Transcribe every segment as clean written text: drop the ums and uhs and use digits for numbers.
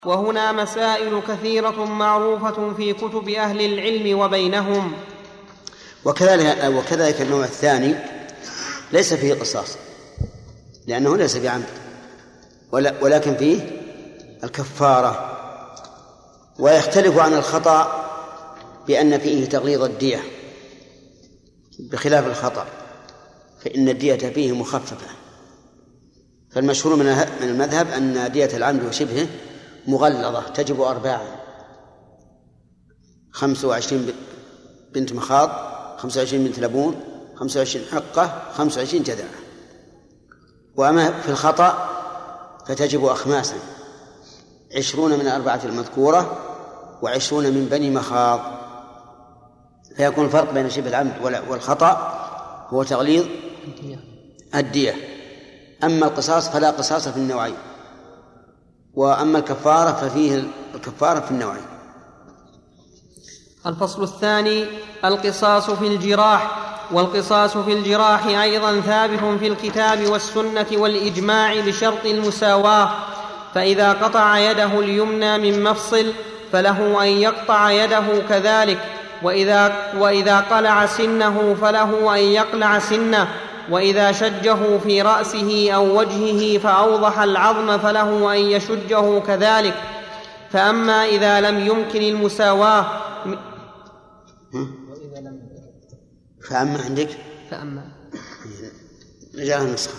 وهنا مسائل كثيرة معروفة في كتب أهل العلم وبينهم. وكذلك النوع الثاني ليس فيه قصاص لأنه ليس بعمد، ولكن فيه الكفارة. ويختلف عن الخطأ بأن فيه تغليظ الدية بخلاف الخطأ، فإن الدية فيه مخففة. فالمشهور من المذهب أن دية العمد وشبهه مغلظة تجب 25 بنت مخاض، 25 بنت لبون، 25 حقة، 25 جذعة. وأما في الخطأ فتجب أخماسا، 20 من 4 المذكورة و20 من بني مخاض. فيكون الفرق بين شبه العمد والخطأ هو تغليظ الدية. أما القصاص فلا قصاص في النوعين، وأما الكفارة ففيه الكفارة في النوعين. الفصل الثاني: القصاص في الجراح. والقصاص في الجراح أيضا ثابت في الكتاب والسنة والإجماع بشرط المساواة. فإذا قطع يده اليمنى من مفصل فله أن يقطع يده كذلك، وإذا قلع سنه فله أن يقلع سنه، وإذا شجه في رأسه أو وجهه فأوضح العظم فله أن يشجه كذلك. فأما إذا لم يمكن المساواة فأما عندك نجعلها النسخة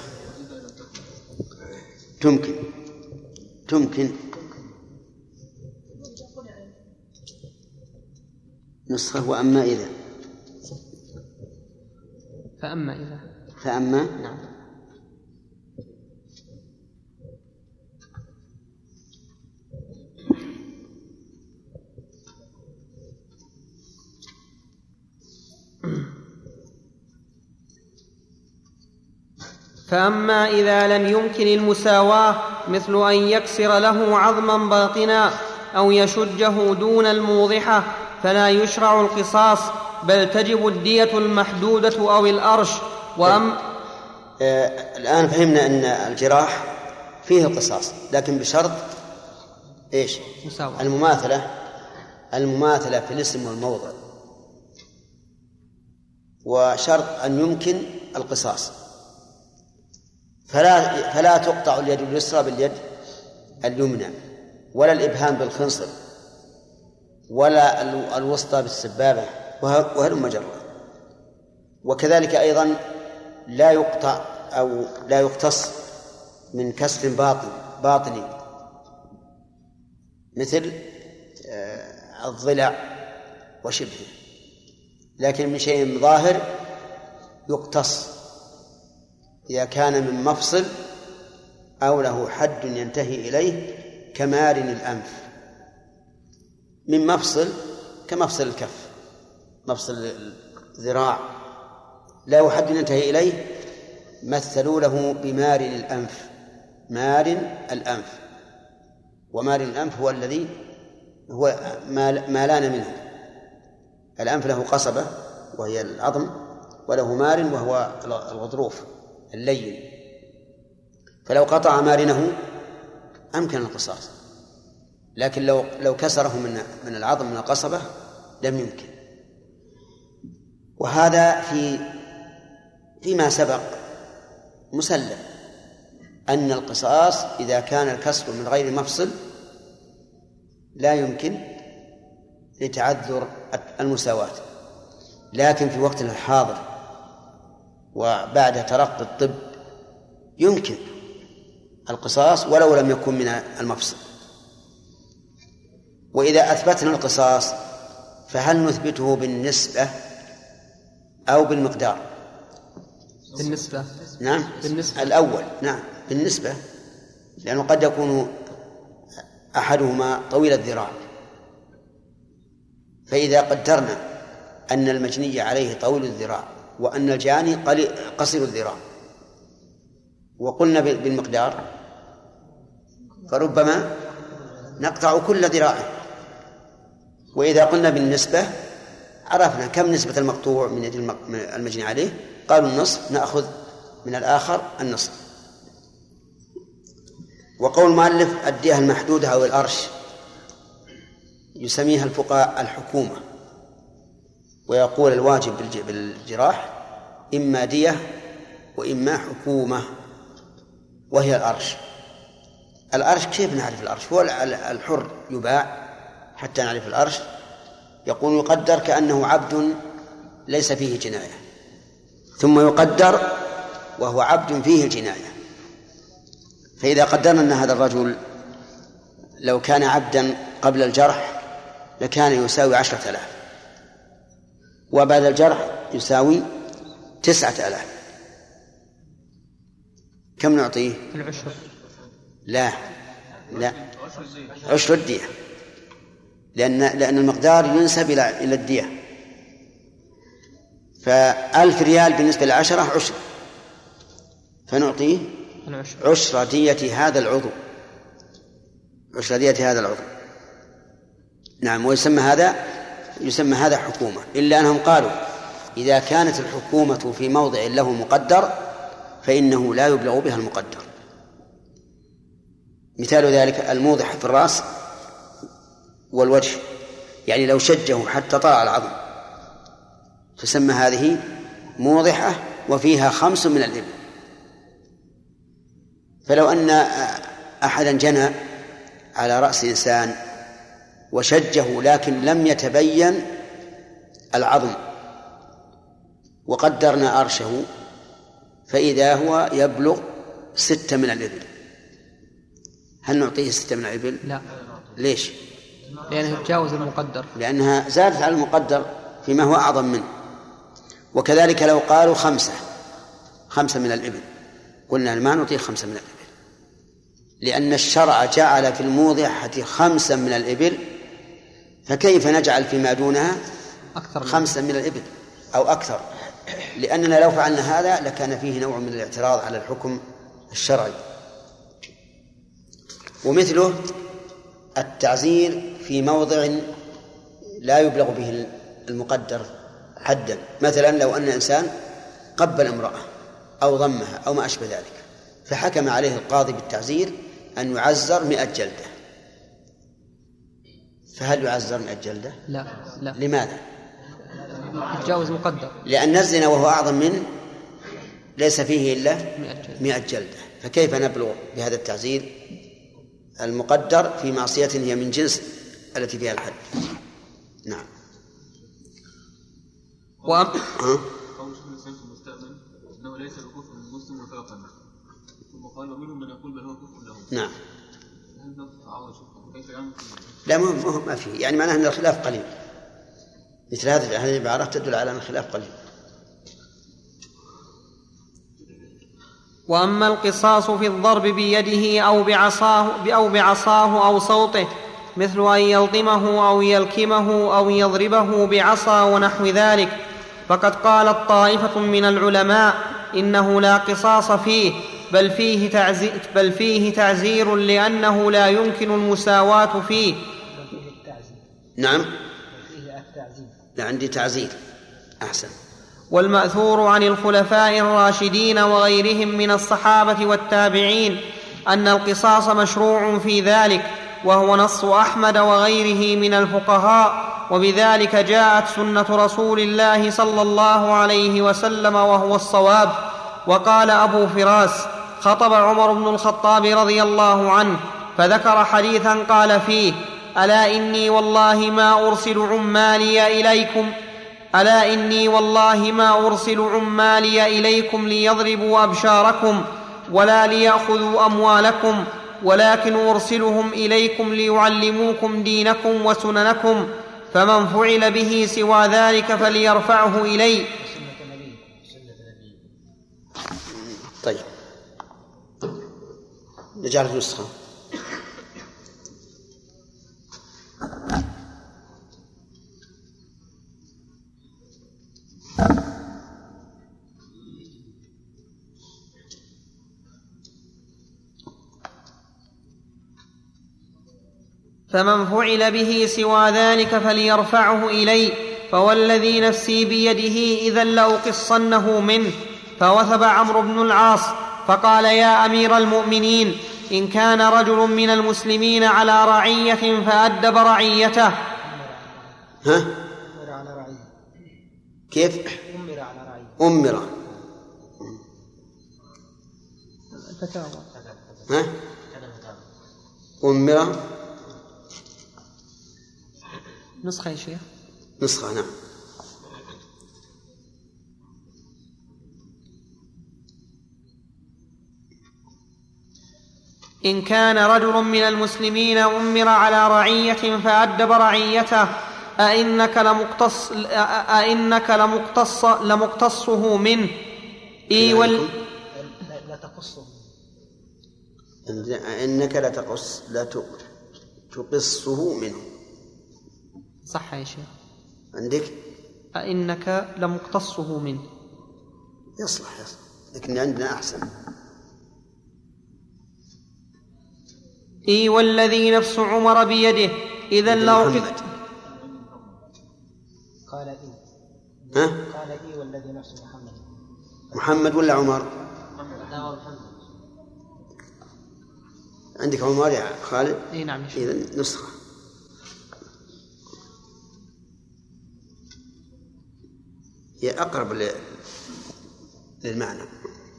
تمكن نسخة. وأما إذا فأما نعم. فأما إذا لم يمكن المساواة مثل أن يكسر له عظما باطنا أو يشجه دون الموضحة فلا يشرع القصاص، بل تجب الدية المحدودة أو الأرش. الآن فهمنا أن الجراح فيه القصاص، لكن بشرط إيش؟ مساواة. المماثلة في الاسم والموضع، وشرط أن يمكن القصاص. فلا تقطع اليد اليسرى باليد اليمنى، ولا الإبهام بالخنصر، ولا الوسطى بالسبابة، وهلم جرا. وكذلك أيضا لا يقطع أو لا يقتص من كسر باطني مثل الضلع وشبهه، لكن من شيء ظاهر يقتص إذا كان من مفصل أو له حد ينتهي إليه كمارن الأنف. من مفصل كمفصل الكف، مفصل الذراع له حد ينتهي إليه، مثلوا له بمارن الأنف. مارن الأنف، ومارن الأنف هو الذي هو ما لان منه. الأنف له قصبة وهي العظم، وله مارن وهو الغضروف اللين. فلو قطع مارنه أمكن القصاص، لكن لو كسره من العظم من القصبة لم يمكن. وهذا فيما سبق مسلم أن القصاص إذا كان الكسر من غير مفصل لا يمكن لتعذر المساواة. لكن في وقتنا الحاضر وبعد ترقي الطب يمكن القصاص ولو لم يكن من المفصل. وإذا أثبتنا القصاص فهل نثبته بالنسبة أو بالمقدار؟ بالنسبة. نعم بالنسبة. الأول نعم بالنسبة، لأنه قد يكون أحدهما طويل الذراع. فإذا قدرنا أن المجني عليه طويل الذراع وأن الجاني قصير الذراع وقلنا بالمقدار، فربما نقطع كل ذراعه. وإذا قلنا بالنسبة عرفنا كم نسبة المقطوع من يد المجني عليه، قالوا النصف، نأخذ من الآخر النصف. وقول المؤلف الدية المحدودة أو الأرش يسميها الفقهاء الحكومة، ويقول الواجب بالجراح إما دية وإما حكومة، وهي الأرش. الأرش كيف نعرف الأرش؟ هو الحر يباع حتى نعرف الأرش. يقول يقدر كأنه عبد ليس فيه جناية، ثم يقدر وهو عبد فيه الجناية. فإذا قدرنا أن هذا الرجل لو كان عبدا قبل الجرح لكان يساوي 10,000، وبعد الجرح يساوي 9,000. كم نعطيه؟ العشر. لا عشر الدية، لأن المقدار ينسب إلى الدية. 1,000 ريال بالنسبة ل10 عشر، فنعطيه عشر دية هذا العضو، عشر دية هذا العضو. نعم. ويسمى هذا حكومة، إلا أنهم قالوا إذا كانت الحكومة في موضع له مقدر فإنه لا يبلغ بها المقدر. مثال ذلك الموضح في الرأس والوجه، يعني لو شجه حتى طلع العظم تسمى هذه موضحة وفيها 5 من الإبل. فلو أن أحدا جنى على رأس إنسان وشجه لكن لم يتبين العظم وقدرنا أرشه فإذا هو يبلغ 6 من الإبل، هل نعطيه 6 من الإبل؟ لا. ليش؟ لأنه يتجاوز المقدر، لأنها زادت على المقدر فيما هو أعظم منه. وكذلك لو قالوا 5 من الإبل قلنا ما نعطيه 5 من الإبل، لأن الشرع جعل في الموضحة 5 من الإبل، فكيف نجعل فيما دونها 5 من الإبل أو أكثر؟ لأننا لو فعلنا هذا لكان فيه نوع من الاعتراض على الحكم الشرعي. ومثله التعزير في موضع لا يبلغ به المقدر حدا. مثلا لو أن إنسان قبل امرأة أو ضمها أو ما أشبه ذلك، فحكم عليه القاضي بالتعزير أن يعزر 100 جلدة، فهل يعزر 100 جلدة؟ لا. لماذا؟ يتجاوز مقدر، لأن الزنا وهو أعظم منه ليس فيه إلا 100 جلدة، فكيف نبلغ بهذا التعزير المقدر في معصية هي من جنس التي فيها الحد؟ نعم. قول شيخ الإسلام في المستقبل أنه ليس بكفر المسلم وفاقا، ثم قال ومنهم من يقول بل هو كفر له. نعم. هل نقطع عوض كيف يعمل؟ لا ما فيه، يعني معناه أن الخلاف قليل. مثل هذه العبارات تدل على أن الخلاف قليل. وأما القصاص في الضرب بيده أو بعصاه أو صوته، مثل أن يلطمه أو يلكمه أو يضربه بعصا ونحو ذلك، فقد قالت طائفة من العلماء إنه لا قصاص فيه، بل فيه تعزير لأنه لا يمكن المساواة فيه. نعم. لا عندي تعزير أحسن. والمأثور عن الخلفاء الراشدين وغيرهم من الصحابة والتابعين أن القصاص مشروع في ذلك، وهو نص أحمد وغيره من الفقهاء، وبذلك جاءت سنة رسول الله صلى الله عليه وسلم وهو الصواب. وقال أبو فراس: خطب عمر بن الخطاب رضي الله عنه فذكر حديثا قال فيه: ألا إني والله ما أرسل عمالي إليكم ليضربوا أبشاركم ولا ليأخذوا أموالكم، ولكن أرسلهم إليكم ليعلموكم دينكم وسننكم، فمن فعل به سوى ذلك فليرفعه إلي. طيب نجعل في نسخة. فمن فعل به سوى ذلك فليرفعه إلي، فوالذي نفسي بيده إذا لأقصنه منه. فوثب عمرو بن العاص فقال: يا أمير المؤمنين، إن كان رجل من المسلمين على رعية فأدب رعيته. ها؟ أمر على رعية. كيف؟ أمر على رعية. أمر. ها؟ أمر نسخة يا شيخ. نسخة نعم. إن كان رجل من المسلمين أمر على رعية فأدب رعيته أئنك لمقتصه منه. لا تقصه. إنك لا تقصه منه. صح يا شيخ. عندك أئنك لمقتصه منه. يصلح لكن عندنا أحسن. والذي نفس عمر بيده إذا لو قال ها؟ قال والذي نفس محمد ولا عمر؟ محمد. عندك عمر يا خالد؟ نعم. إذن نسخة. هي أقرب للمعنى.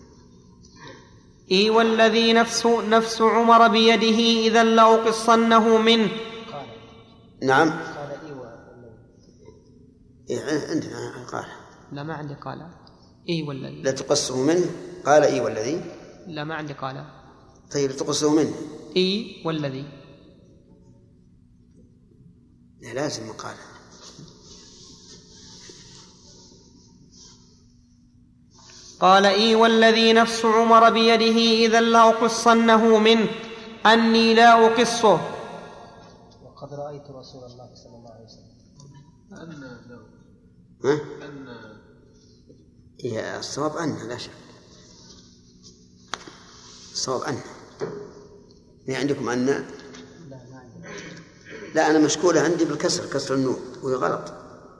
والذي نفس عمر بيده إذا لأقصنه منه. نعم. قال عندنا قال. لا ما عندي قال. والذي لا تقصه منه. قال والذي. لا ما عندي قال. طيب تقصه منه. والذي. لا لازم قال. قال والذي نفس عمر بيده إذا لأقصنه منه أني لا أقصه. وقد رأيت رسول الله صلى الله عليه وسلم. يا الصواب أنه لا شك. الصواب أنه. ما عندكم أن؟ لا أنا مشكولة عندي بالكسر، كسر النون وهي غلط.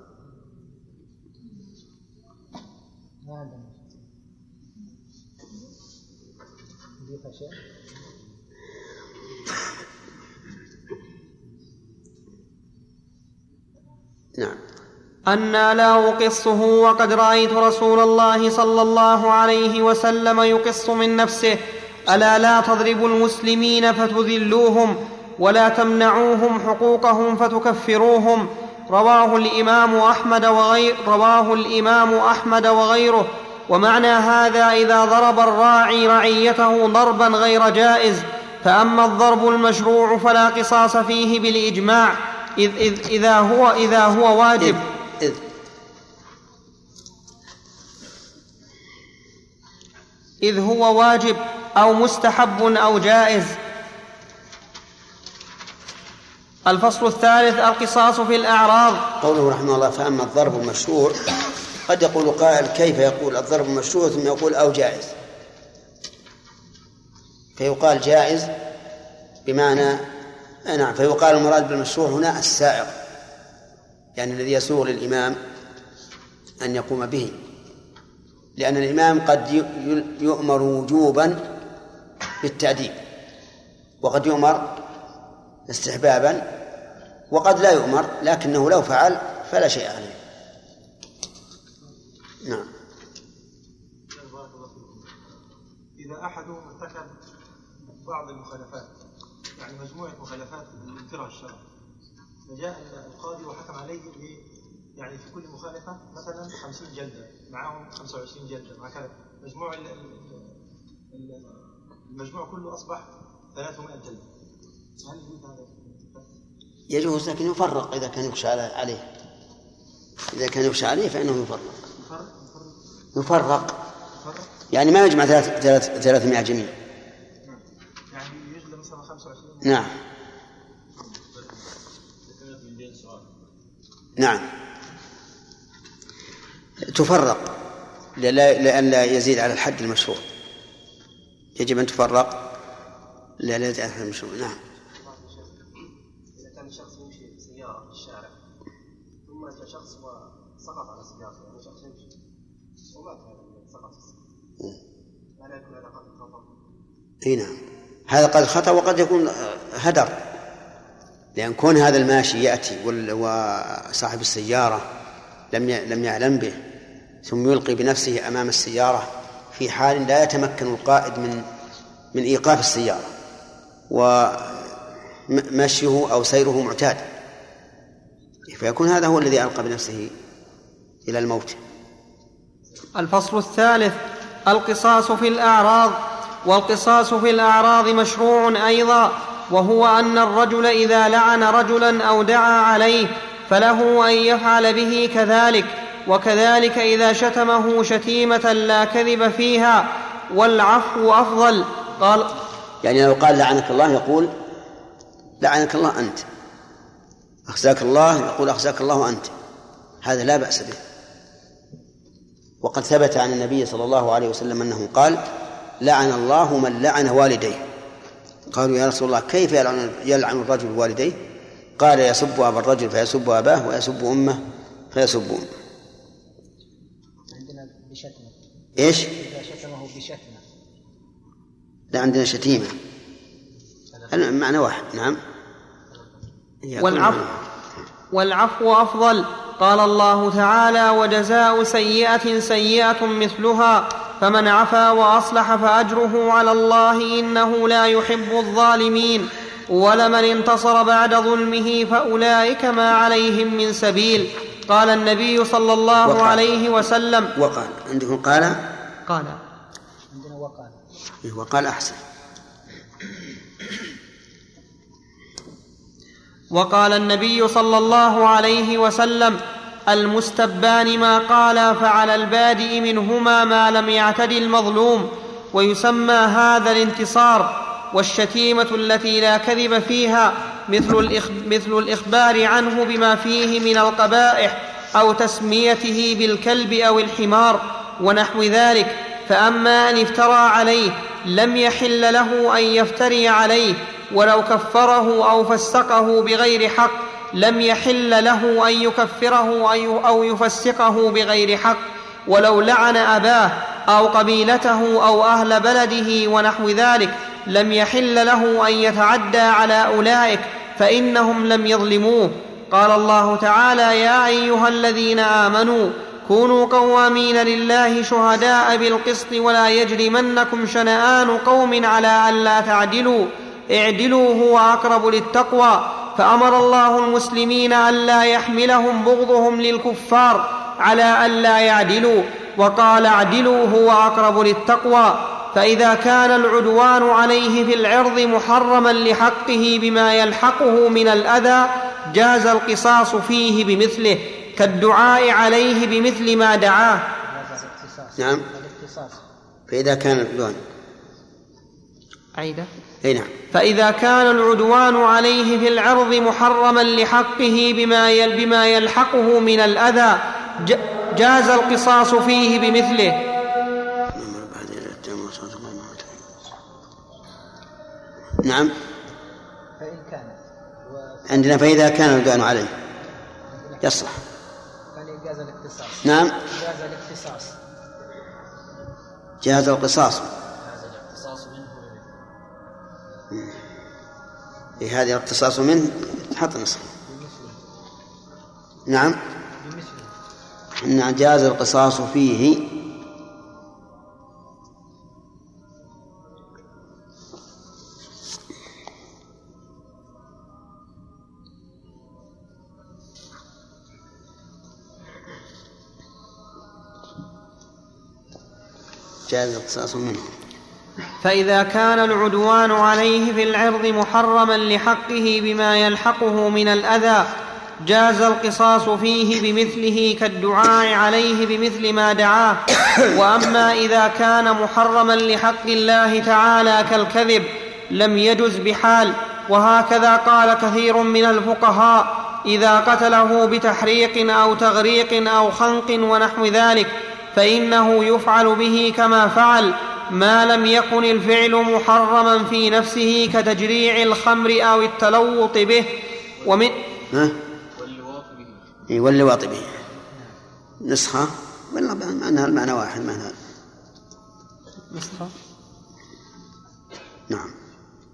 نعم. أنا لا أقصه وقد رأيت رسول الله صلى الله عليه وسلم يقص من نفسه. ألا لا تضربوا المسلمين فتذلوهم ولا تمنعوهم حقوقهم فتكفروهم. رواه الإمام أحمد وغيره. ومعنى هذا إذا ضرب الراعي رعيته ضربا غير جائز. فأما الضرب المشروع فلا قصاص فيه بالإجماع إذا هو واجب. إذ هو واجب أو مستحب أو جائز. الفصل الثالث القصاص في الأعراض. قوله رحمه الله فأما الضرب المشروع، قد يقول قائل كيف يقول الضرب المشروع ثم يقول أو جائز؟ فيقال جائز بمعنى نعم، فيقال المراد بالمشروع هنا السائغ، يعني الذي يسوغ للإمام أن يقوم به، لأن الإمام قد يؤمر وجوبا بالتأديب، وقد يؤمر استحبابا، وقد لا يؤمر لكنه لو فعل فلا شيء عليه. نعم. إذا أحدهم ارتكب بعض المخالفات، يعني مجموعة مخالفات من كره الشرع، فجاء القاضي وحكم عليه يعني في كل مخالفة مثلا 50 جلدة، معهم 25 جلدة، مع كذا المجموع كله أصبح 300 جلدة. هل يجوز هذا؟ يجوز، لكن يفرق إذا كان يخشى عليه. إذا كان يخشى عليه فإنه يفرق. يعني ما يجمع 300 جميع. يعني يجلد مثلا 25. نعم. نعم. تفرق لأن لا يزيد على الحد المشروع. يجب أن تفرق لا يزيد على الحد المشروع. نعم. إذا كان شخص يمشي بسيارة في الشارع ثم جاء شخص وسقط على سيارته، يعني شخص يمشي ومات هذا سقط في السيارة، هل يكون هذا خطأ؟ اي نعم، هذا قد خطأ وقد يكون هدر، لأن كون هذا الماشي يأتي وصاحب السيارة لم يعلم به ثم يلقي بنفسه أمام السيارة في حال لا يتمكن القائد من إيقاف السيارة ومشيه أو سيره معتاد، فيكون هذا هو الذي ألقى بنفسه إلى الموت. الفصل الثالث: القصاص في الأعراض. والقصاص في الأعراض مشروع أيضا، وهو أن الرجل إذا لعن رجلا أو دعا عليه فله أن يفعل به كذلك، وكذلك إذا شتمه شتيمة لا كذب فيها، والعفو أفضل. قال يعني لو قال لعنك الله يقول لعنك الله أنت، أخزاك الله يقول أخزاك الله أنت، هذا لا بأس به. وقد ثبت عن النبي صلى الله عليه وسلم أنه قال لعن الله من لعن والديه. قالوا يا رسول الله كيف يلعن الرجل والديه؟ قال يسب أبا الرجل فيسب أباه ويسب أمه فيسب أمه. عندنا بشتمه. إيش؟ إذا شتمه بشتمه. لا، عندنا شتيمة، المعنى واحد. نعم. والعفو أفضل. قال الله تعالى وجزاء سيئة سيئة مثلها، فمن عفا وأصلح فأجره على الله إنه لا يحب الظالمين. ولمن انتصر بعد ظلمه فأولئك ما عليهم من سبيل. قال النبي صلى الله عليه وسلم. وقال عندكم قال عندنا وقال أحسن. وقال النبي صلى الله عليه وسلم المستبان ما قالا فعلى البادئ منهما ما لم يعتد المظلوم، ويسمى هذا الانتصار. والشتيمة التي لا كذب فيها مثل الإخبار عنه بما فيه من القبائح أو تسميته بالكلب أو الحمار ونحو ذلك. فأما أن افترى عليه لم يحل له أن يفتري عليه، ولو كفره أو فسقه بغير حق لم يحل له أن يكفره أو يفسقه بغير حق. ولو لعن أباه أو قبيلته أو أهل بلده ونحو ذلك لم يحل له أن يتعدى على أولئك، فإنهم لم يظلموه. قال الله تعالى يا أيها الذين آمنوا كونوا قوامين لله شهداء بالقسط ولا يجرمنكم شنآن قوم على ألا تعدلوا اعدلوا هو أقرب للتقوى. فأمر الله المسلمين ألا يحملهم بغضهم للكفار على ألا يعدلوا، وقال اعدلوا هو أقرب للتقوى. فإذا كان العدوان عليه في العرض محرما لحقه بما يلحقه من الأذى جاز القصاص فيه بمثله، كالدعاء عليه بمثل ما دعاه. نعم. فإذا كان العدوان نعم. فإذا كان العدوان عليه في العرض محرما لحقه بما يلحقه من الأذى جاز القصاص فيه بمثله. نعم. فإن كان عندنا فإذا كان العدوان عليه يصلح. جاز الاقتصاص. نعم. جاز الاقتصاص. جاز القصاص. هذا الاقتصاص منه حط نصف. نعم. جاز القصاص فيه جاز القصاص منه. فإذا كان العدوان عليه في العرض محرما لحقه بما يلحقه من الأذى جاز القصاص فيه بمثله، كالدعاء عليه بمثل ما دعاه. وأما إذا كان محرما لحق الله تعالى كالكذب لم يجز بحال. وهكذا قال كثير من الفقهاء إذا قتله بتحريق أو تغريق أو خنق ونحو ذلك فإنه يفعل به كما فعل ما لم يكن الفعل محرما في نفسه، كتجريع الخمر أو التلوط به واللواط به. نسخة والله معناها المعنى واحد. معناها نسخة. نعم.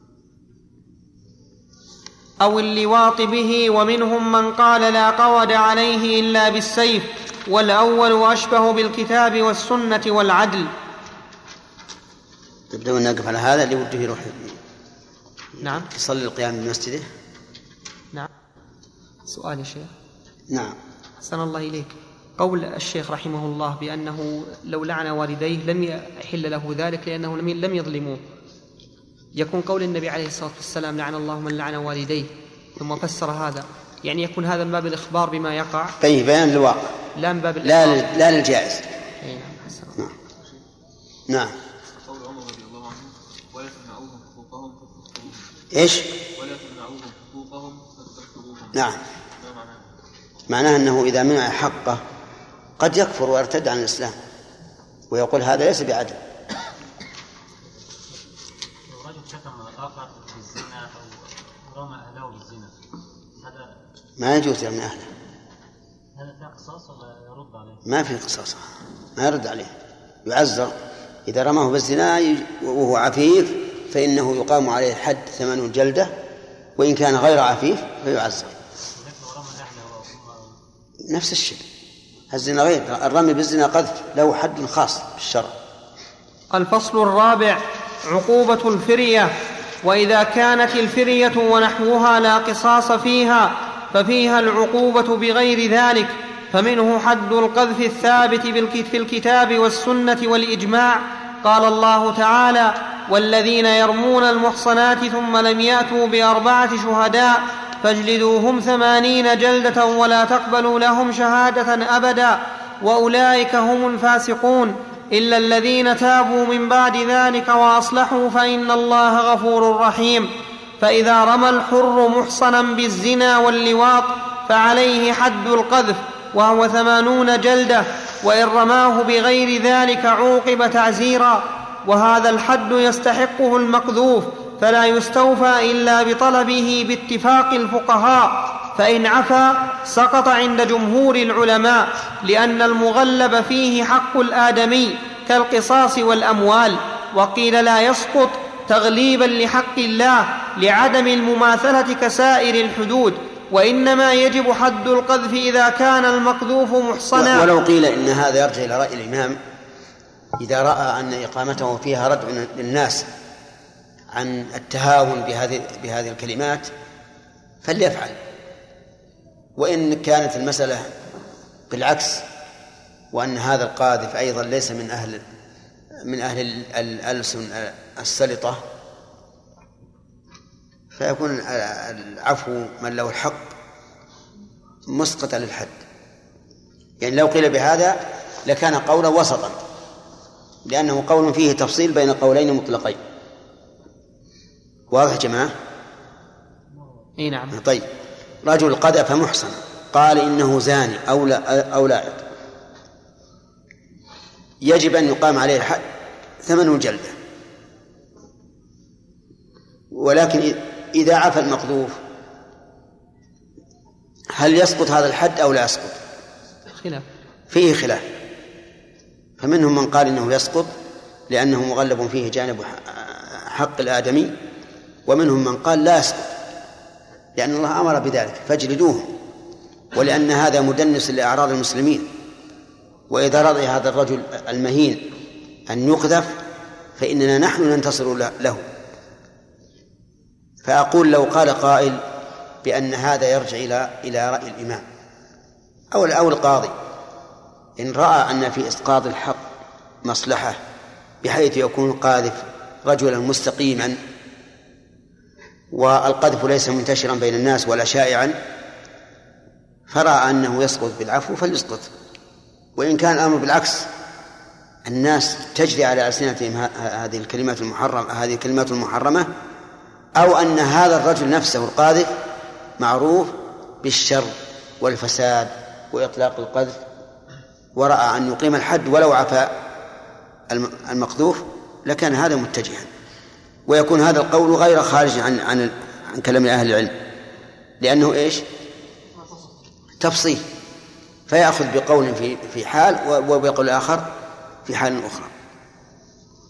أو اللواط به، ومنهم من قال لا قود عليه إلا بالسيف، والأول أشبه بالكتاب والسنة والعدل. تبدأ أن نقف على هذا اللي وده يروح نعم يصلي القيام بمسجده. نعم. سؤال يا شيخ. نعم. أحسن الله إليك. قول الشيخ رحمه الله بأنه لو لعن والديه لم يحل له ذلك لأنه لم يظلموه، يكون قول النبي عليه الصلاة والسلام لعن الله من لعن والديه، ثم فسر هذا، يعني يكون هذا من باب الإخبار بما يقع، أي بيان الواقع، لا من باب لا للجائز. نعم. نعم. قول عمر رضي الله عنه: ولا تمنعوهم حقوقهم فتكفروهم. إيش؟ ولا تمنعوهم حقوقهم فتكفروهم. نعم. معناه أنه إذا منع حقه قد يكفر ويرتد عن الإسلام ويقول هذا ليس بعدل. لو رجل شتم آخر بالزنا أو رمى أهله بالزنا، هذا ما يجوز من أهله. هذا فيه قصاص ولا يرد عليه؟ ما في قصاص، ما يرد عليه، يعزر. إذا رماه بالزنا وهو عفيف فإنه يقام عليه حد 80 جلدة، وإن كان غير عفيف فيعزر. نفس الشيء، الزنا غير، الرمي بالزنا قذف له حد خاص بالشرع. الفصل الرابع: عقوبة الفرية. وإذا كانت الفرية ونحوها لا قصاص فيها ففيها العقوبة بغير ذلك، فمنه حد القذف الثابت في الكتاب والسنة والإجماع. قال الله تعالى: والذين يرمون المحصنات ثم لم يأتوا ب4 شهداء فاجلدوهم 80 جلدة ولا تقبلوا لهم شهادة أبدا وأولئك هم الفاسقون، إلا الذين تابوا من بعد ذلك وأصلحوا فإن الله غفور رحيم. فإذا رمى الحر محصنا بالزنا واللواط فعليه حد القذف وهو 80 جلدة، وإن رماه بغير ذلك عوقب تعزيرا، وهذا الحد يستحقه المقذوف فلا يستوفى إلا بطلبه باتفاق الفقهاء، فإن عفا سقط عند جمهور العلماء، لأن المغلب فيه حق الآدمي كالقصاص والأموال. وقيل لا يسقط تغليبا لحق الله لعدم المماثلة كسائر الحدود، وإنما يجب حد القذف إذا كان المقذوف محصنا. ولو قيل إن هذا يرجع إلى رأي الإمام، إذا رأى أن إقامته فيها ردع للناس عن التهاون بهذه الكلمات فليفعل. وإن كانت المسألة بالعكس، وأن هذا القاذف أيضا ليس من أهل الألسن السلطة، فيكون العفو من له الحق مسقطا للحد. يعني لو قيل بهذا لكان قولا وسطا، لأنه قول فيه تفصيل بين قولين مطلقين. واضح يا جماعة؟ إيه نعم. طيب، رجل قذف محصن قال إنه زاني أو لاعب، يجب أن يقام عليه الحد 8 جلدة. ولكن إذا عفى المقذوف هل يسقط هذا الحد أو لا يسقط؟ خلاف، فيه خلاف. فمنهم من قال إنه يسقط لأنه مغلب فيه جانب حق الآدمي، ومنهم من قال لا يسقط لأن الله أمر بذلك فاجلدوه، ولأن هذا مدنس لأعراض المسلمين. وإذا رضي هذا الرجل المهين أن يقذف فإننا نحن ننتصر له. فأقول لو قال قائل بأن هذا يرجع إلى رأي الإمام أو القاضي، إن رأى أن في إسقاط الحق مصلحة بحيث يكون القاذف رجلا مستقيما والقذف ليس منتشرا بين الناس ولا شائعا، فرأى أنه يسقط بالعفو فليسقط. وإن كان الأمر بالعكس، الناس تجري على ألسنتهم هذه الكلمات المحرمة، أو أن هذا الرجل نفسه القاذف معروف بالشر والفساد وإطلاق القذف، ورأى أن يقيم الحد ولو عفا المقذوف، لكان هذا متجها، ويكون هذا القول غير خارج عن كلام أهل العلم، لأنه إيش؟ تفصيل، فيأخذ بقول في حال وبقول آخر في حال أخرى.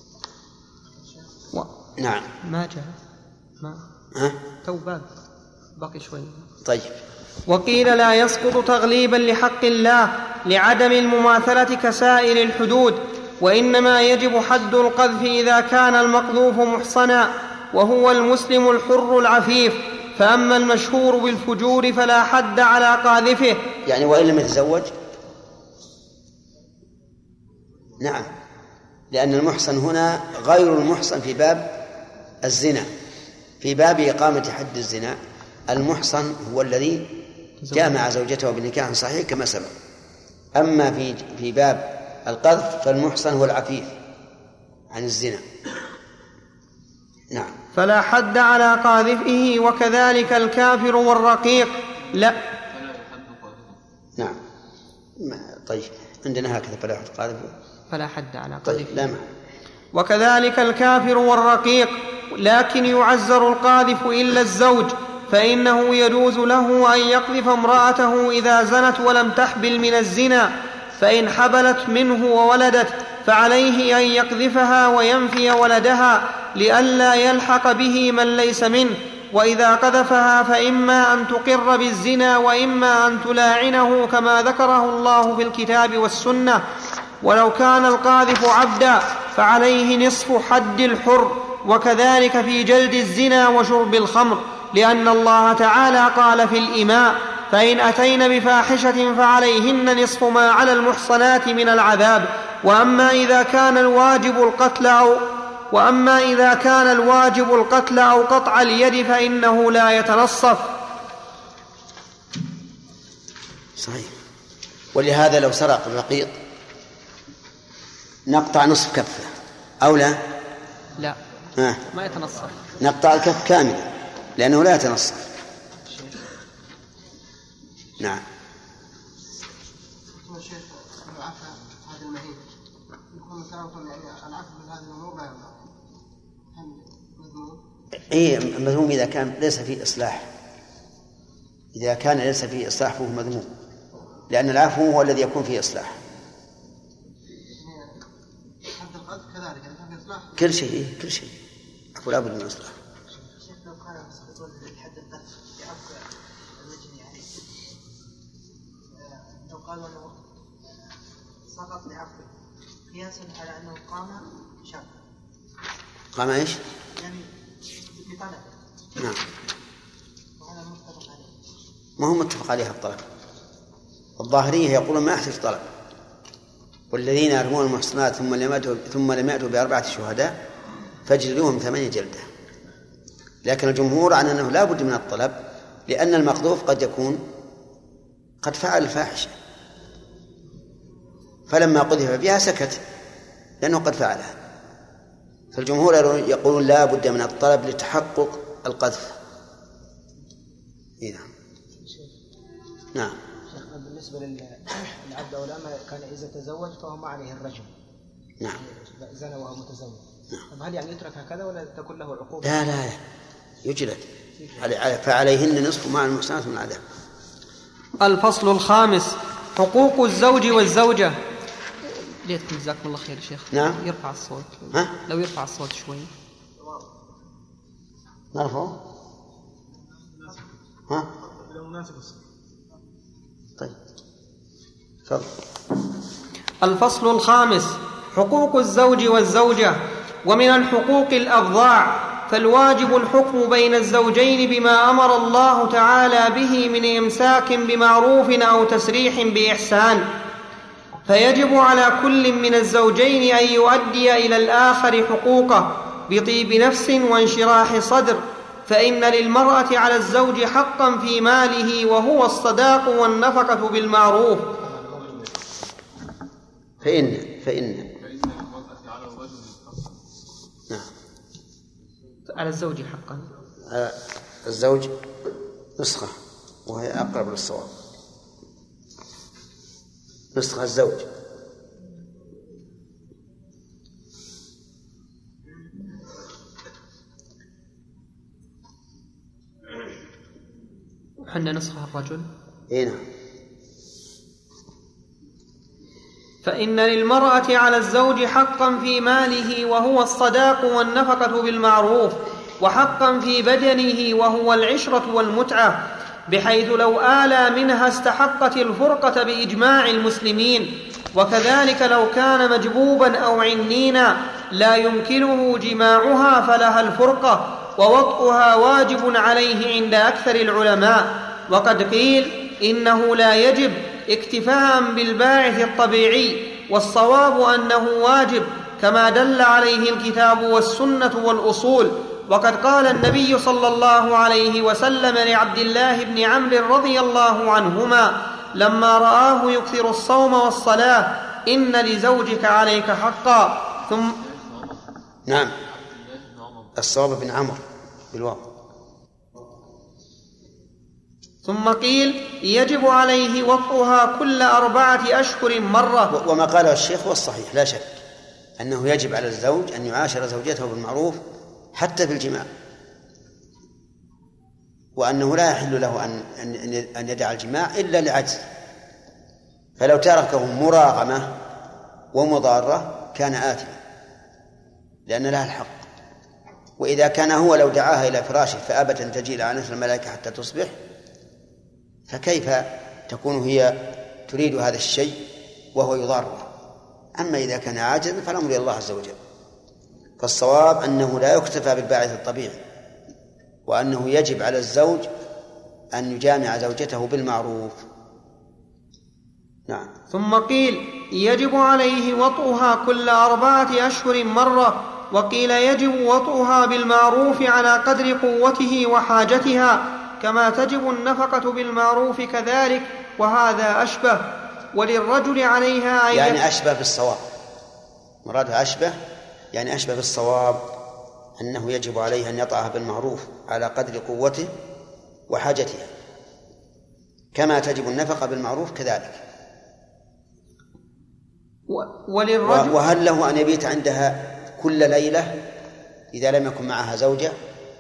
نعم. ما جاء توبان باقي شوي. طيب. وقيل لا يسقط تغليبا لحق الله لعدم المماثلة كسائر الحدود، وإنما يجب حد القذف إذا كان المقذوف محصنا وهو المسلم الحر العفيف، فأما المشهور بالفجور فلا حد على قاذفه. يعني وإن لم يتزوج؟ نعم، لأن المحصن هنا غير المحصن في باب الزنا. في باب إقامة حد الزنا المحصن هو الذي جامع زوجته بنكاح صحيح كما سبق. أما في باب القذف فالمحصن هو العفيف عن الزنا. نعم. فلا حد على قاذفه، وكذلك الكافر والرقيق لا. نعم. طيب عندنا هكذا فلا حد على طيب. قاذفه. لا معنى. وكذلك الكافر والرقيق، لكن يعزر القاذف إلا الزوج، فإنه يجوز له أن يقذف امرأته إذا زنت ولم تحبل من الزنا، فإن حبلت منه وولدت فعليه أن يقذفها وينفي ولدها لئلا يلحق به من ليس منه. وإذا قذفها فإما أن تقر بالزنا وإما أن تلاعنه كما ذكره الله في الكتاب والسنة. ولو كان القاذف عبدا فعليه نصف حد الحر، وكذلك في جلد الزنا وشرب الخمر، لأن الله تعالى قال في الإماء: فإن أتين بفاحشة فعليهن نصف ما على المحصنات من العذاب. وأما إذا كان الواجب القتل أو قطع اليد فإنه لا يتنصف. صحيح. ولهذا لو سرق الرقيق نقطع نصف كفه أو لا؟ لا. ما يتنصف. نقطع الكف كاملا لأنه لا يتنصف. نعم. شيخ العفو هذا المهين يكون مثلا يعني العفو من هذه الأمور لا يمنع. هم مذموم؟ إيه مذموم إذا كان ليس فيه إصلاح. إذا كان ليس فيه إصلاح فهو مذموم، لأن العفو هو الذي يكون فيه إصلاح. حد القذف كذلك إذا كان فيه إصلاح. كل شيء كل شيء عفو لا بد من إصلاح. شيخ لو كان يسقطون حد القذف بعفو المجني عليه، لو قالوا أنه سقط لعفو قياسا على أنه قام شابا. قام إيش؟ يعني بطلب. نعم. وهذا متفق عليه. ما هو متفق عليها الطلب. الظاهرية يقولون ما يحتاج طلب، والذين يرمون المحصنات ثم لم يأتوا ب4 شهداء فاجلدوهم 8 جلدة. لكن الجمهور عن أنه لا بد من الطلب، لأن المقذوف قد يكون قد فعل الفاحشة، فلما قذف بها سكت لأنه قد فعلها. فالجمهور يقولون لا بد من الطلب لتحقق القذف. نعم. نعم. بالنسبة للعبد أو الأمة كان إذا تزوج فهو ما عليه الرجم. نعم. زنا وهو متزوج. نعم. هل يعني يترك هكذا ولا تكون له عقوبة؟ لا يجلد. فعليهن نصف ما على المحصنات من العذاب. الفصل الخامس: حقوق الزوج والزوجة. ليتكم جزاكم الله خير شيخ. نعم. يرفع الصوت. لو يرفع الصوت شوي. نرفعه. طيب. تفضل. الفصل الخامس: حقوق الزوج والزوجة. ومن الحقوق الأبضاع، فالواجب الحكم بين الزوجين بما أمر الله تعالى به من إمساك بمعروف أو تسريح بإحسان، فيجب على كل من الزوجين أن يؤدي إلى الآخر حقوقه بطيب نفس وانشراح صدر، فإن للمرأة على الزوج حقا في ماله وهو الصداق والنفقة بالمعروف. فإن نعم. على الزوج حقا. على الزوج نسخة وهي أقرب للصواب. نسخة الزوج. وحنا نسخة الرجل. نعم. فإن للمرأة على الزوج حقا في ماله وهو الصداق والنفقة بالمعروف، وحقا في بدنه وهو العشرة والمتعة، بحيث لو آلى منها استحقت الفرقة بإجماع المسلمين. وكذلك لو كان مجبوبا أو عنينا لا يمكنه جماعها فلها الفرقة، ووطئها واجب عليه عند أكثر العلماء. وقد قيل إنه لا يجب اكتفاء بالباعث الطبيعي، والصواب أنه واجب كما دل عليه الكتاب والسنة والأصول. وقد قال النبي صلى الله عليه وسلم لعبد الله بن عمرو رضي الله عنهما لما رآه يكثر الصوم والصلاة: إن لزوجك عليك حقا. ثم نعم، الصواب بن عمرو بالواو. ثم قيل: يجب عليه وطئها كل 4 أشهر مرة. وما قاله الشيخ هو الصحيح، لا شك أنه يجب على الزوج أن يعاشر زوجته بالمعروف حتى في الجماع، وأنه لا يحل له أن يدع الجماع إلا لعجز، فلو تركه مراغمة ومضارة كان آثما لأن لها الحق. وإذا كان هو لو دعاها إلى فراشه فأبت أن تجي على نفس الملائكة حتى تصبح، فكيف تكون هي تريد هذا الشيء وهو يضارها؟ أما إذا كان عاجزا فالأمر إلى الله عز وجل. فالصواب أنه لا يكتفى بالباعث الطبيعي، وأنه يجب على الزوج أن يجامع زوجته بالمعروف. نعم. ثم قيل: يجب عليه وطئها كل 4 أشهر مرة. وقيل: يجب وطئها بالمعروف على قدر قوته وحاجتها، كما تجب النفقة بالمعروف كذلك، وهذا أشبه. وللرجل عليها يعني أشبه بالصواب، مراد أشبه يعني أشبه بالصواب، أنه يجب عليه أن يطأها بالمعروف على قدر قوته وحاجتها، كما تجب النفقة بالمعروف كذلك. وللرجل وهل له أن يبيت عندها كل ليلة إذا لم يكن معها زوجة،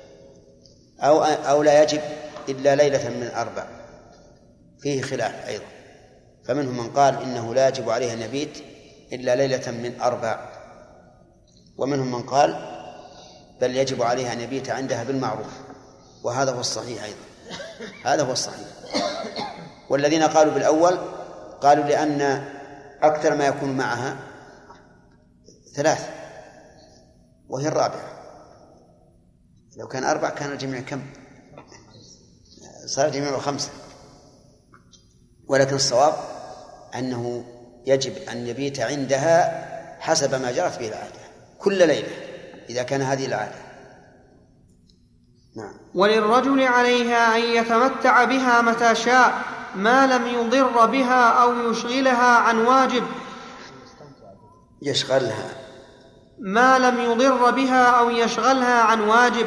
أو لا يجب إلا ليلة من 4؟ فيه خلاف أيضا، فمنهم من قال إنه لا يجب عليه أن يبيت إلا ليلة من 4، ومنهم من قال بل يجب عليه أن يبيت عندها بالمعروف، وهذا هو الصحيح أيضا، هذا هو الصحيح. والذين قالوا بالأول قالوا لأن أكثر ما يكون معها 3 وهي الرابعة، لو كان 4 كان الجميع كم؟ صار الجميع 5. ولكن الصواب أنه يجب أن يبيت عندها حسب ما جرت به العادة كل ليلة إذا كان هذه العادة. نعم. وللرجل عليها أن يتمتع بها متى شاء ما لم يضر بها أو يشغلها عن واجب، يشغلها ما لم يضر بها أو يشغلها عن واجب.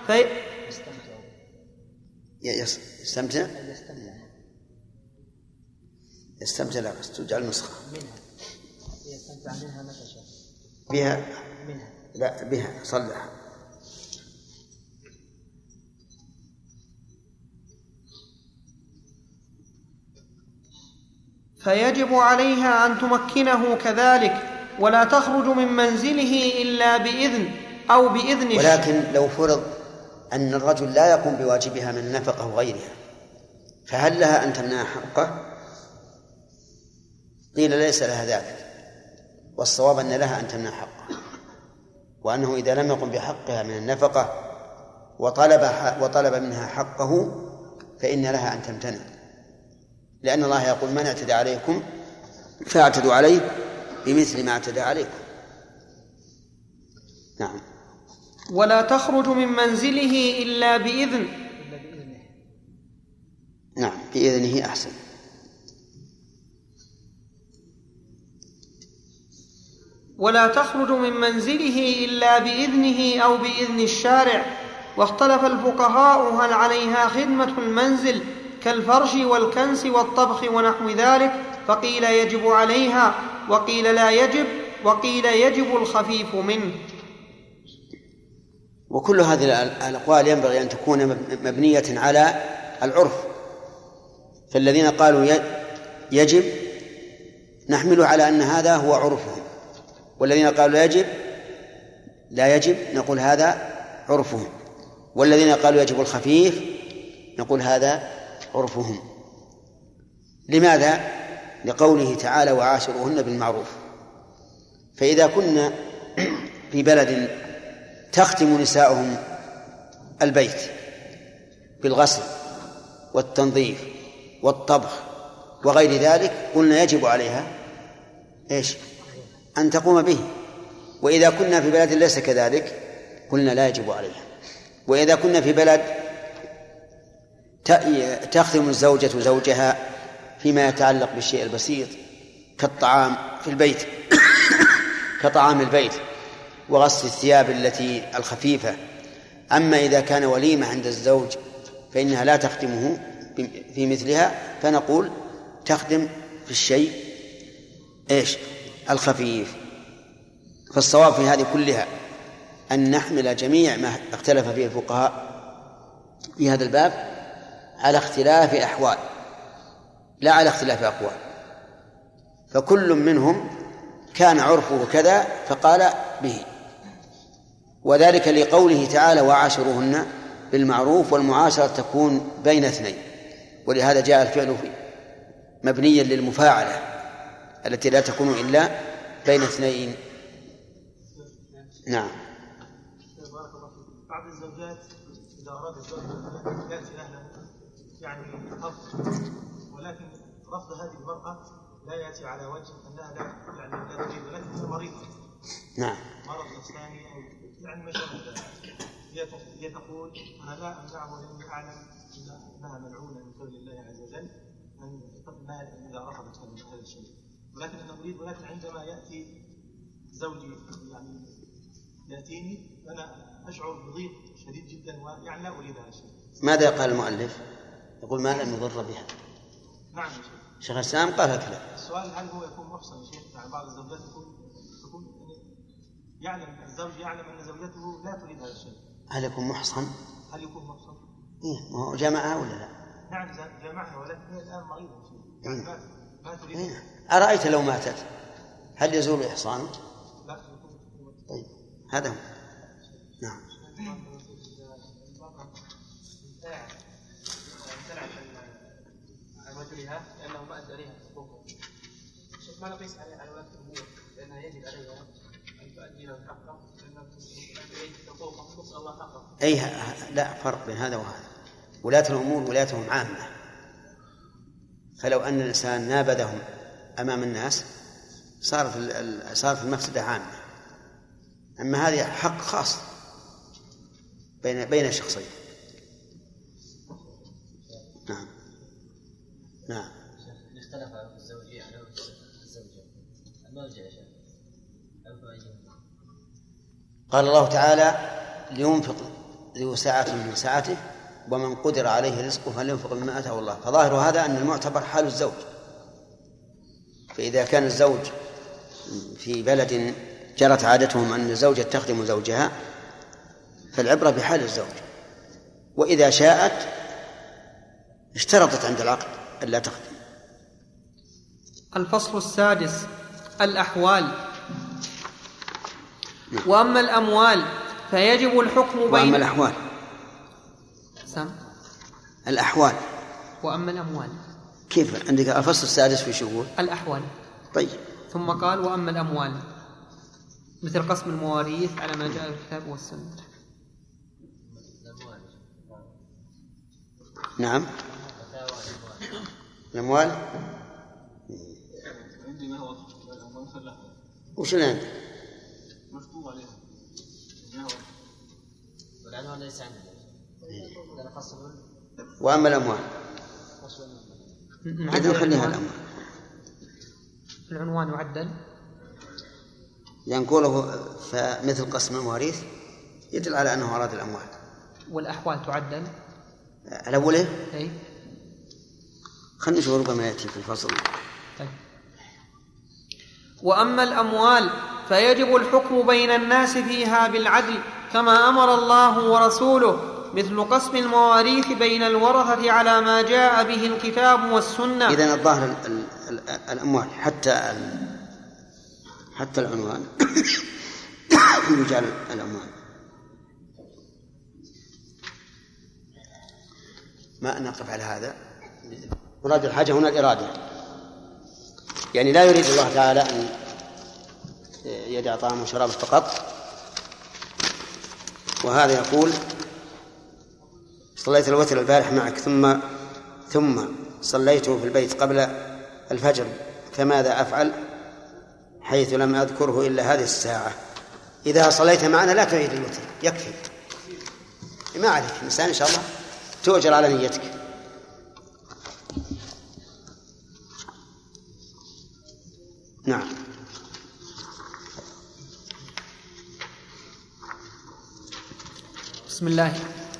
يستمتع لا بس تجعل نسخة يستمتع منها متى شاء بها لا بها صلح. فيجب عليها أن تمكنه كذلك، ولا تخرج من منزله إلا بإذن أو بإذن ولكن لو فرض أن الرجل لا يقوم بواجبها من النفقة وغيرها، فهل لها أن تمنع حقه؟ قيل ليس لها ذلك، والصواب أن لها أن تمنع حقه، وأنه إذا لم يقم بحقها من النفقة وطلب منها حقه فإن لها أن تمتنع، لأن الله يقول: من اعتدى عليكم فاعتدوا عليه بمثل ما اعتدى عليكم. نعم. ولا تخرج من منزله إلا بإذن. نعم، بإذنه أحسن. ولا تخرج من منزله إلا بإذنه أو بإذن الشارع. واختلف الفقهاء هل عليها خدمة المنزل كالفرش والكنس والطبخ ونحو ذلك، فقيل يجب عليها، وقيل لا يجب، وقيل يجب الخفيف منه. وكل هذه الأقوال ينبغي أن تكون مبنية على العرف، فالذين قالوا يجب نحمل على أن هذا هو عرفهم، والذين قالوا لا يجب نقول هذا عرفهم. والذين قالوا يجب الخفيف نقول هذا عرفهم. لماذا؟ لقوله تعالى وعاشروهن بالمعروف. فإذا كنا في بلد تختم نساؤهم البيت بالغسل والتنظيف والطبخ وغير ذلك قلنا يجب عليها إيش؟ أن تقوم به. وإذا كنا في بلد ليس كذلك قلنا لا يجب عليها. وإذا كنا في بلد تخدم الزوجة زوجها فيما يتعلق بالشيء البسيط كالطعام في البيت كطعام البيت وغسل الثياب التي الخفيفة. أما إذا كان وليمة عند الزوج فإنها لا تخدمه في مثلها، فنقول تخدم في الشيء إيش؟ الخفيف. فالصواب في هذه كلها أن نحمل جميع ما اختلف فيه الفقهاء في هذا الباب على اختلاف أحوال لا على اختلاف أقوال. فكل منهم كان عرفه كذا فقال به، وذلك لقوله تعالى وعاشروهن بالمعروف، والمعاشرة تكون بين اثنين، ولهذا جاء الفعل مبنيا للمفاعلة التي لا تكون إلا بين اثنين. نعم. بعض الزوجات إذا أراد الزوج يأتي أهله يعني رفض، ولكن رفض هذه المرأة لا يأتي على وجه أنها لا تريد، ولكن هي مريضة. نعم. مرض نفساني أو يعني ما شابه ذلك. هي تقول أنا لا أمنعه لأني أعلم أنها ملعونة من قول الله عز وجل أنها إذا رفضت هذا الشيء، ولكن أنا أريد. ولكن عندما يأتي زوجي يعني يأتيني أنا أشعر بضيق شديد جدا ويعني لا أريد هذا الشيء. ماذا قال المؤلف؟ يقول ما لم يضر بها. نعم شيخ الإسلام قال هكذا. السؤال هل هو يكون محصن يا شيخ؟ يعني بعض الزوجات تكون يعلم الزوج يعلم أن زوجته لا تريد هذا الشيء. هل يكون محصن؟ هل يكون محصن؟ إيه، ما هو جمعها ولا لا؟ نعم جمعها، ولكن هي الآن مريضة يعني ما تريد. إيه. أرأيت لو ماتت هل يزول إحصانه؟ لا. طيب هذا هو. نعم. رجلها لأنه ما أدى عليها حقوقها. شوف ما نقيس على ولاة الأمور لأنها يجب عليها أن تؤدي له حقه لأنها تؤدي حقوقه تسأل الله حقه. أي لا فرق بين هذا وهذا. ولاة الأمور ولاتهم عامة، فلو أن الإنسان نابذهم أمام الناس صارت المفسدة عامة. أما هذه حق خاص بين شخصين. نعم. نعم. اختلف الزوجية على الزوجة المرجع يا شيخ. قال الله تعالى لينفق ذو سعة من سعته ومن قدر عليه رزقه فلينفق مما آتاه الله. فظاهر هذا أن المعتبر حال الزوج. فإذا كان الزوج في بلد جرت عادتهم أن الزوجة تخدم زوجها فالعبرة بحال الزوج، وإذا شاءت اشترطت عند العقد ألا تخدم. الفصل السادس: الأحوال. وأما الأموال فيجب الحكم بين. وأما الأحوال الأحوال. وأما الأموال كيف عندك الفصل السادس في شغول الأحوال؟ طيب. ثم قال وأما الأموال مثل قسم المواريث على ما جاء في الكتاب والسنة. نعم. الأموال عندي ما هو الأموال خلها وش اللي عندك؟ مكتوب عليها ما هو والعنوان ليس عندنا. وأما الأموال إذن خليها الأموال. العنوان يعدل ينقله فمثل قسم المواريث يدل على أنه أراد الأموال. والأحوال تعدل الأولى أي خلنا نشوف ربما يأتي في الفصل. طيب. وأما الأموال فيجب الحكم بين الناس فيها بالعدل كما أمر الله ورسوله، مثل قسم المواريث بين الورثة على ما جاء به الكتاب والسنة. إذن الظاهر الأموال حتى العنوان يجعل الأموال. ما نقف على هذا. مراد الحاجة هنا الإرادة، يعني لا يريد الله تعالى أن يدع طعام وشراب فقط. وهذا يقول: صليت الوتر البارح معك ثم صليته في البيت قبل الفجر، فماذا أفعل حيث لم أذكره إلا هذه الساعة؟ إذا صليت معنا لا تعيد الوتر، يكفي، ما عليك، الإنسان إن شاء الله تؤجر على نيتك. نعم. بسم الله.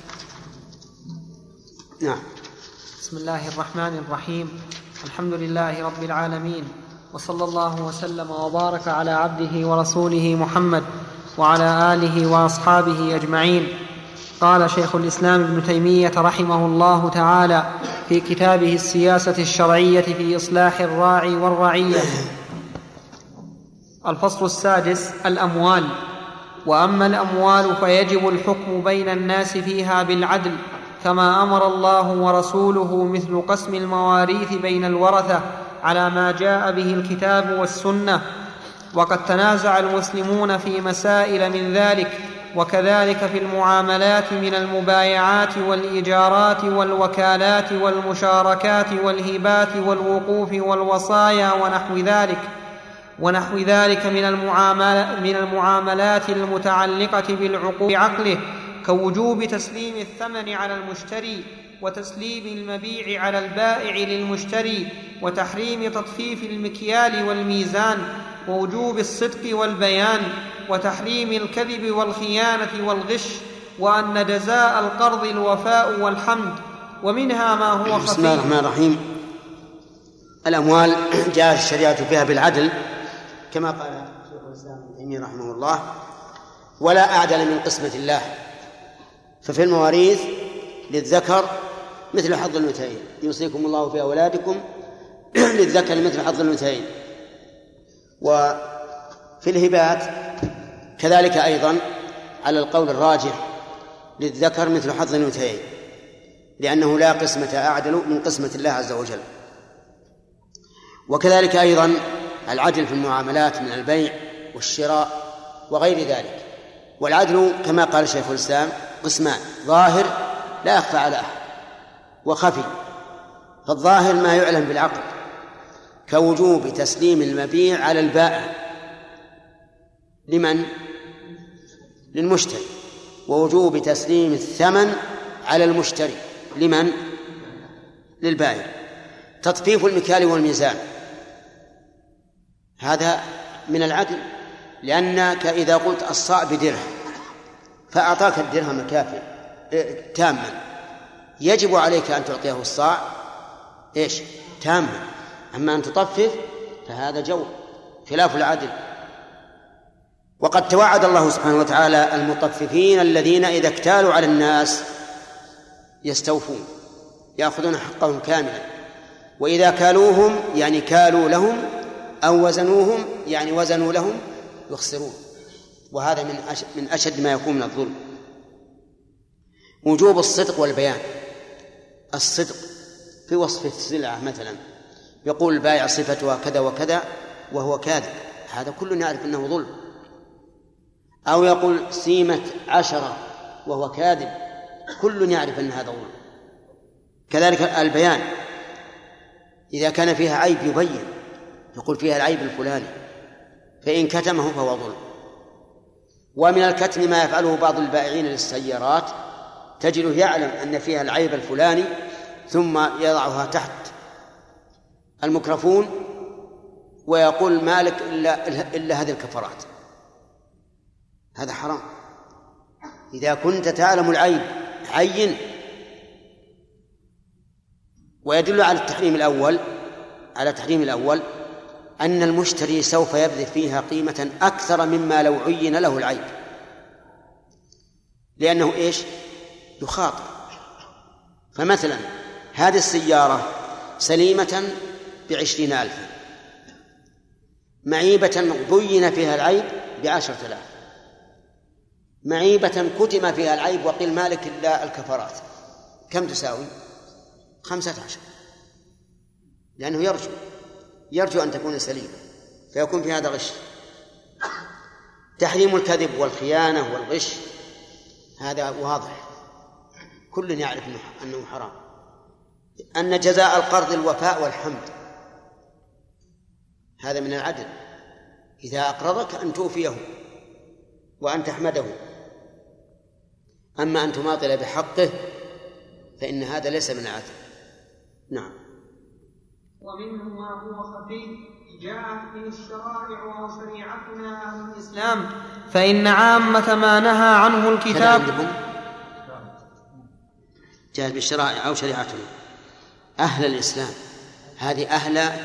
نعم. بسم الله الرحمن الرحيم. الحمد لله رب العالمين، وصلى الله وسلم وبارك على عبده ورسوله محمد وعلى آله وأصحابه أجمعين. قال شيخ الإسلام ابن تيمية رحمه الله تعالى في كتابه السياسة الشرعية في إصلاح الراعي والرعية: الفصل السادس: الأموال. وأما الأموال فيجب الحكم بين الناس فيها بالعدل، كما أمر الله ورسوله، مثل قسم المواريث بين الورثة على ما جاء به الكتاب والسنة. وقد تنازع المسلمون في مسائل من ذلك، وكذلك في المعاملات من المبايعات والإيجارات والوكالات والمشاركات والهبات والوقوف والوصايا ونحو ذلك من المعاملات المتعلقة بالعقود بعقله، كوجوب تسليم الثمن على المشتري، وتسليم المبيع على البائع للمشتري، وتحريم تطفيف المكيال والميزان، ووجوب الصدق والبيان، وتحريم الكذب والخيانة والغش، وأن جزاء القرض الوفاء والحمد. ومنها ما هو خفي. بسم الله الرحمن الرحيم. الأموال جاء الشريعة فيها بالعدل، كما قال شيخ الإسلام ابن تيمية رحمه الله: ولا أعدل من قسمة الله. ففي المواريث للذكر مثل حظ الأنثيين، يوصيكم الله في أولادكم للذكر مثل حظ الأنثيين. وفي الهبات كذلك أيضا على القول الراجح للذكر مثل حظ الأنثيين، لأنه لا قسمة أعدل من قسمة الله عز وجل. وكذلك أيضا العدل في المعاملات من البيع والشراء وغير ذلك. والعدل كما قال شيخ الإسلام قسمان: ظاهر لا يخفى على أحد، وخفي. فالظاهر ما يعلم بالعقد، كوجوب تسليم المبيع على البائع لمن؟ للمشتري، ووجوب تسليم الثمن على المشتري لمن؟ للبائع. تطفيف المكيال والميزان هذا من العدل، لأنك إذا قلت الصاع بدرهم فأعطاك الدرهم كافيا تاما، يجب عليك أن تعطيه الصاع تاما. أما أن تطفف فهذا جور، خلاف العدل. وقد توعد الله سبحانه وتعالى المطففين الذين إذا اكتالوا على الناس يستوفون، يأخذون حقهم كاملا، وإذا كالوهم يعني كالوا لهم، أو وزنوهم يعني وزنوا لهم، يخسرون. وهذا من أشد ما يكون من الظلم. وجوب الصدق والبيان. الصدق في وصف السلعة مثلا، يقول البائع صفتها كذا وكذا وهو كاذب، هذا كلنا نعرف أنه ظلم. أو يقول سيمة 10 وهو كاذب، كل يعرف أن هذا ظلم. كذلك البيان، إذا كان فيها عيب يبين، يقول فيها العيب الفلاني، فإن كتمه فهو ظلم. ومن الكتم ما يفعله بعض البائعين للسيارات، تجده يعلم أن فيها العيب الفلاني ثم يضعها تحت الميكروفون ويقول مالك إلا هذه الكفرات. هذا حرام. إذا كنت تعلم العيب عين. ويدل على التحريم الأول أن المشتري سوف يبذل فيها قيمة أكثر مما لو عين له العيب، لأنه يخاطر. فمثلا هذه السيارة سليمة ب20,000، معيبة بين فيها العيب ب10,000، معيبة كتم فيها العيب وقيل مالك إلا الكفرات، كم تساوي؟ 15 لأنه يرجو أن تكون سليمة فيكون في هذا غش. تحريم الكذب والخيانة والغش هذا واضح، كل يعرف أنه حرام. أن جزاء القرض الوفاء والحمد، هذا من العدل، إذا أقرضك أن توفيه وأن تحمده. أما أن تماطل بحقه فإن هذا ليس من العدل. نعم. ومنه ما هو خفي جاءت به الشرائع أو شريعتنا أهل الإسلام، فإن عامة ما نهى عنه الكتاب جاءت بالشرائع أو شريعتنا أهل الإسلام. هذه أهل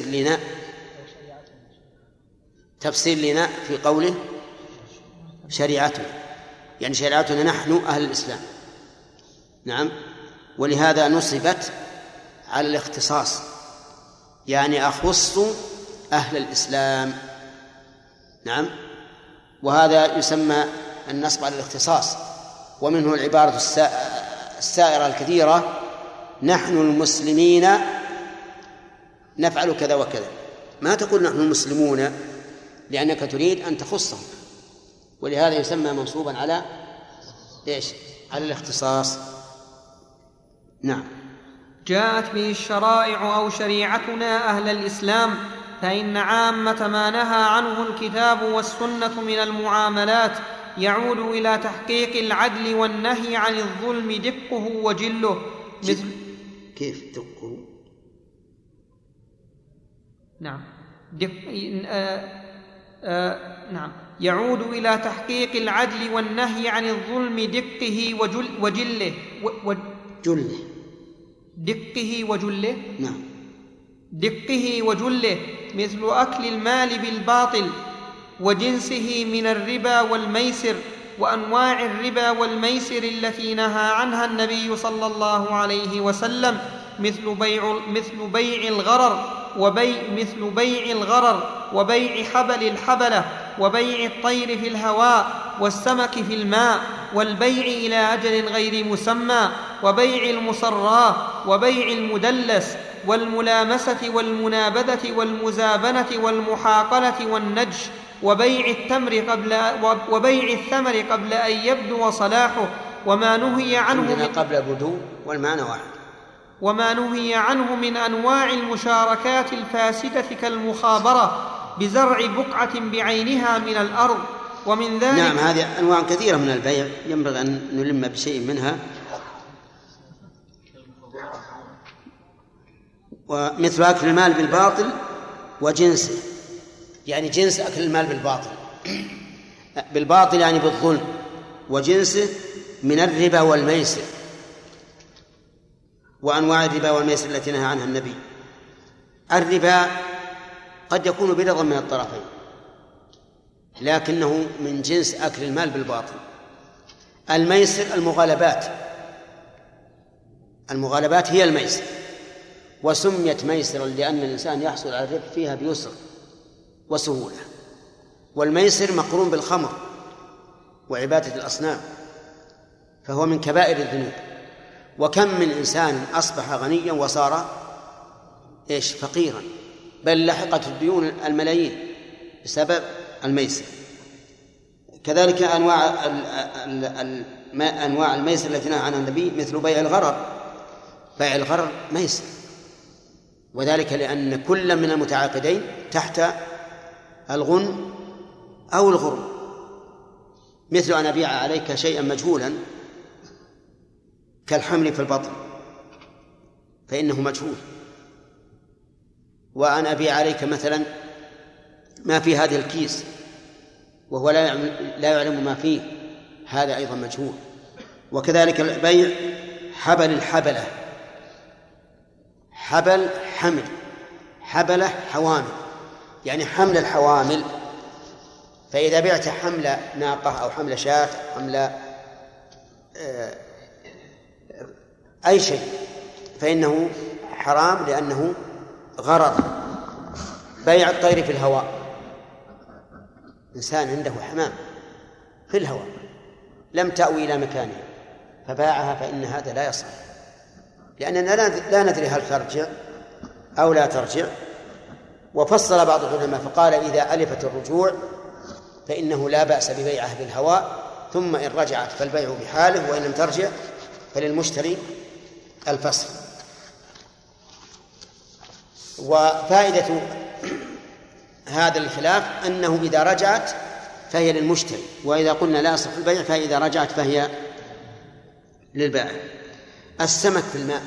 تفسير لنا في قوله شريعتنا، يعني شريعتنا نحن أهل الإسلام. نعم. ولهذا نصبت على الاختصاص، يعني أخص أهل الإسلام. نعم. وهذا يسمى النصب على الاختصاص. ومنه العبارة السائرة الكثيرة: نحن المسلمين نفعل كذا وكذا. ما تقول نحن المسلمون لأنك تريد أن تخصهم، ولهذا يسمى منصوبا على إيش؟ على الاختصاص. نعم. جاءت به الشرائع أو شريعتنا أهل الإسلام، فإن عامة ما نهى عنه الكتاب والسنة من المعاملات يعود إلى تحقيق العدل والنهي عن الظلم دقه وجله. مثل كيف دقه؟ نعم. نعم. يعود إلى تحقيق العدل والنهي عن الظلم دقه وجله دقه وجله. نعم. دقه وجله، مثل أكل المال بالباطل وجنسه من الربا والميسر وأنواع الربا والميسر التي نهى عنها النبي صلى الله عليه وسلم، مثل بيع الغرر وبيع حبل الحبلة وبيع الطير في الهواء والسمك في الماء والبيع إلى أجل غير مسمى وبيع المصراه وبيع المدلس والملامسة والمنابذة والمزابنة والمحاقلة والنجش وبيع الثمر قبل أن يبدو صلاحه وما نهي عنه قبل البدو والمعنى واحد. وما نهي عنه من أنواع المشاركات الفاسدة كالمخابرة بزرع بقعة بعينها من الأرض ومن ذلك. نعم. هذه أنواع كثيرة من البيع ينبغي أن نلم بشيء منها. ومثل أكل المال بالباطل وجنسه، يعني جنس أكل المال بالباطل يعني بالظلم، وجنسه من الربا والميسر وأنواع الربا والميسر التي نهى عنها النبي. الربا قد يكون برضا من الطرفين، لكنه من جنس أكل المال بالباطل. الميسر المغالبات هي الميسر، وسميت ميسرا لأن الإنسان يحصل على الربح فيها بيسر وسهولة. والميسر مقرون بالخمر وعبادة الأصنام، فهو من كبائر الذنوب. وكم من إنسان أصبح غنيا وصار فقيرا، بل لحقت الديون الملايين بسبب الميسر. كذلك أنواع الميسر التي نهى عنها النبي مثل بيع الغرر ميسر، وذلك لأن كل من المتعاقدين تحت الغن أو الغرم. مثل أن أبيع عليك شيئا مجهولا كالحمل في البطن فإنه مجهول، وأن أبيع عليك مثلا ما في هذه الكيس وهو لا يعلم ما فيه، هذا أيضا مجهول. وكذلك البيع حبل الحبلة، حبلة حوامل، يعني حمل الحوامل. فإذا بعت حمل ناقة أو حمل شاة حمل أي شيء فإنه حرام لأنه غرض. بيع الطير في الهواء، إنسان عنده حمام في الهواء لم تأوي إلى مكانها فباعها، فإن هذا لا يصح، لأننا لا ندري هل ترجع أو لا ترجع. وفصل بعض العلماء فقال إذا ألفت الرجوع فإنه لا بأس ببيعه بالهواء، ثم إن رجعت فالبيع بحاله، وإن لم ترجع فللمشتري الفصل. وفائدة هذا الخلاف أنه إذا رجعت فهي للمشتري، وإذا قلنا لا يصح البيع فإذا رجعت فهي للبائع. السمك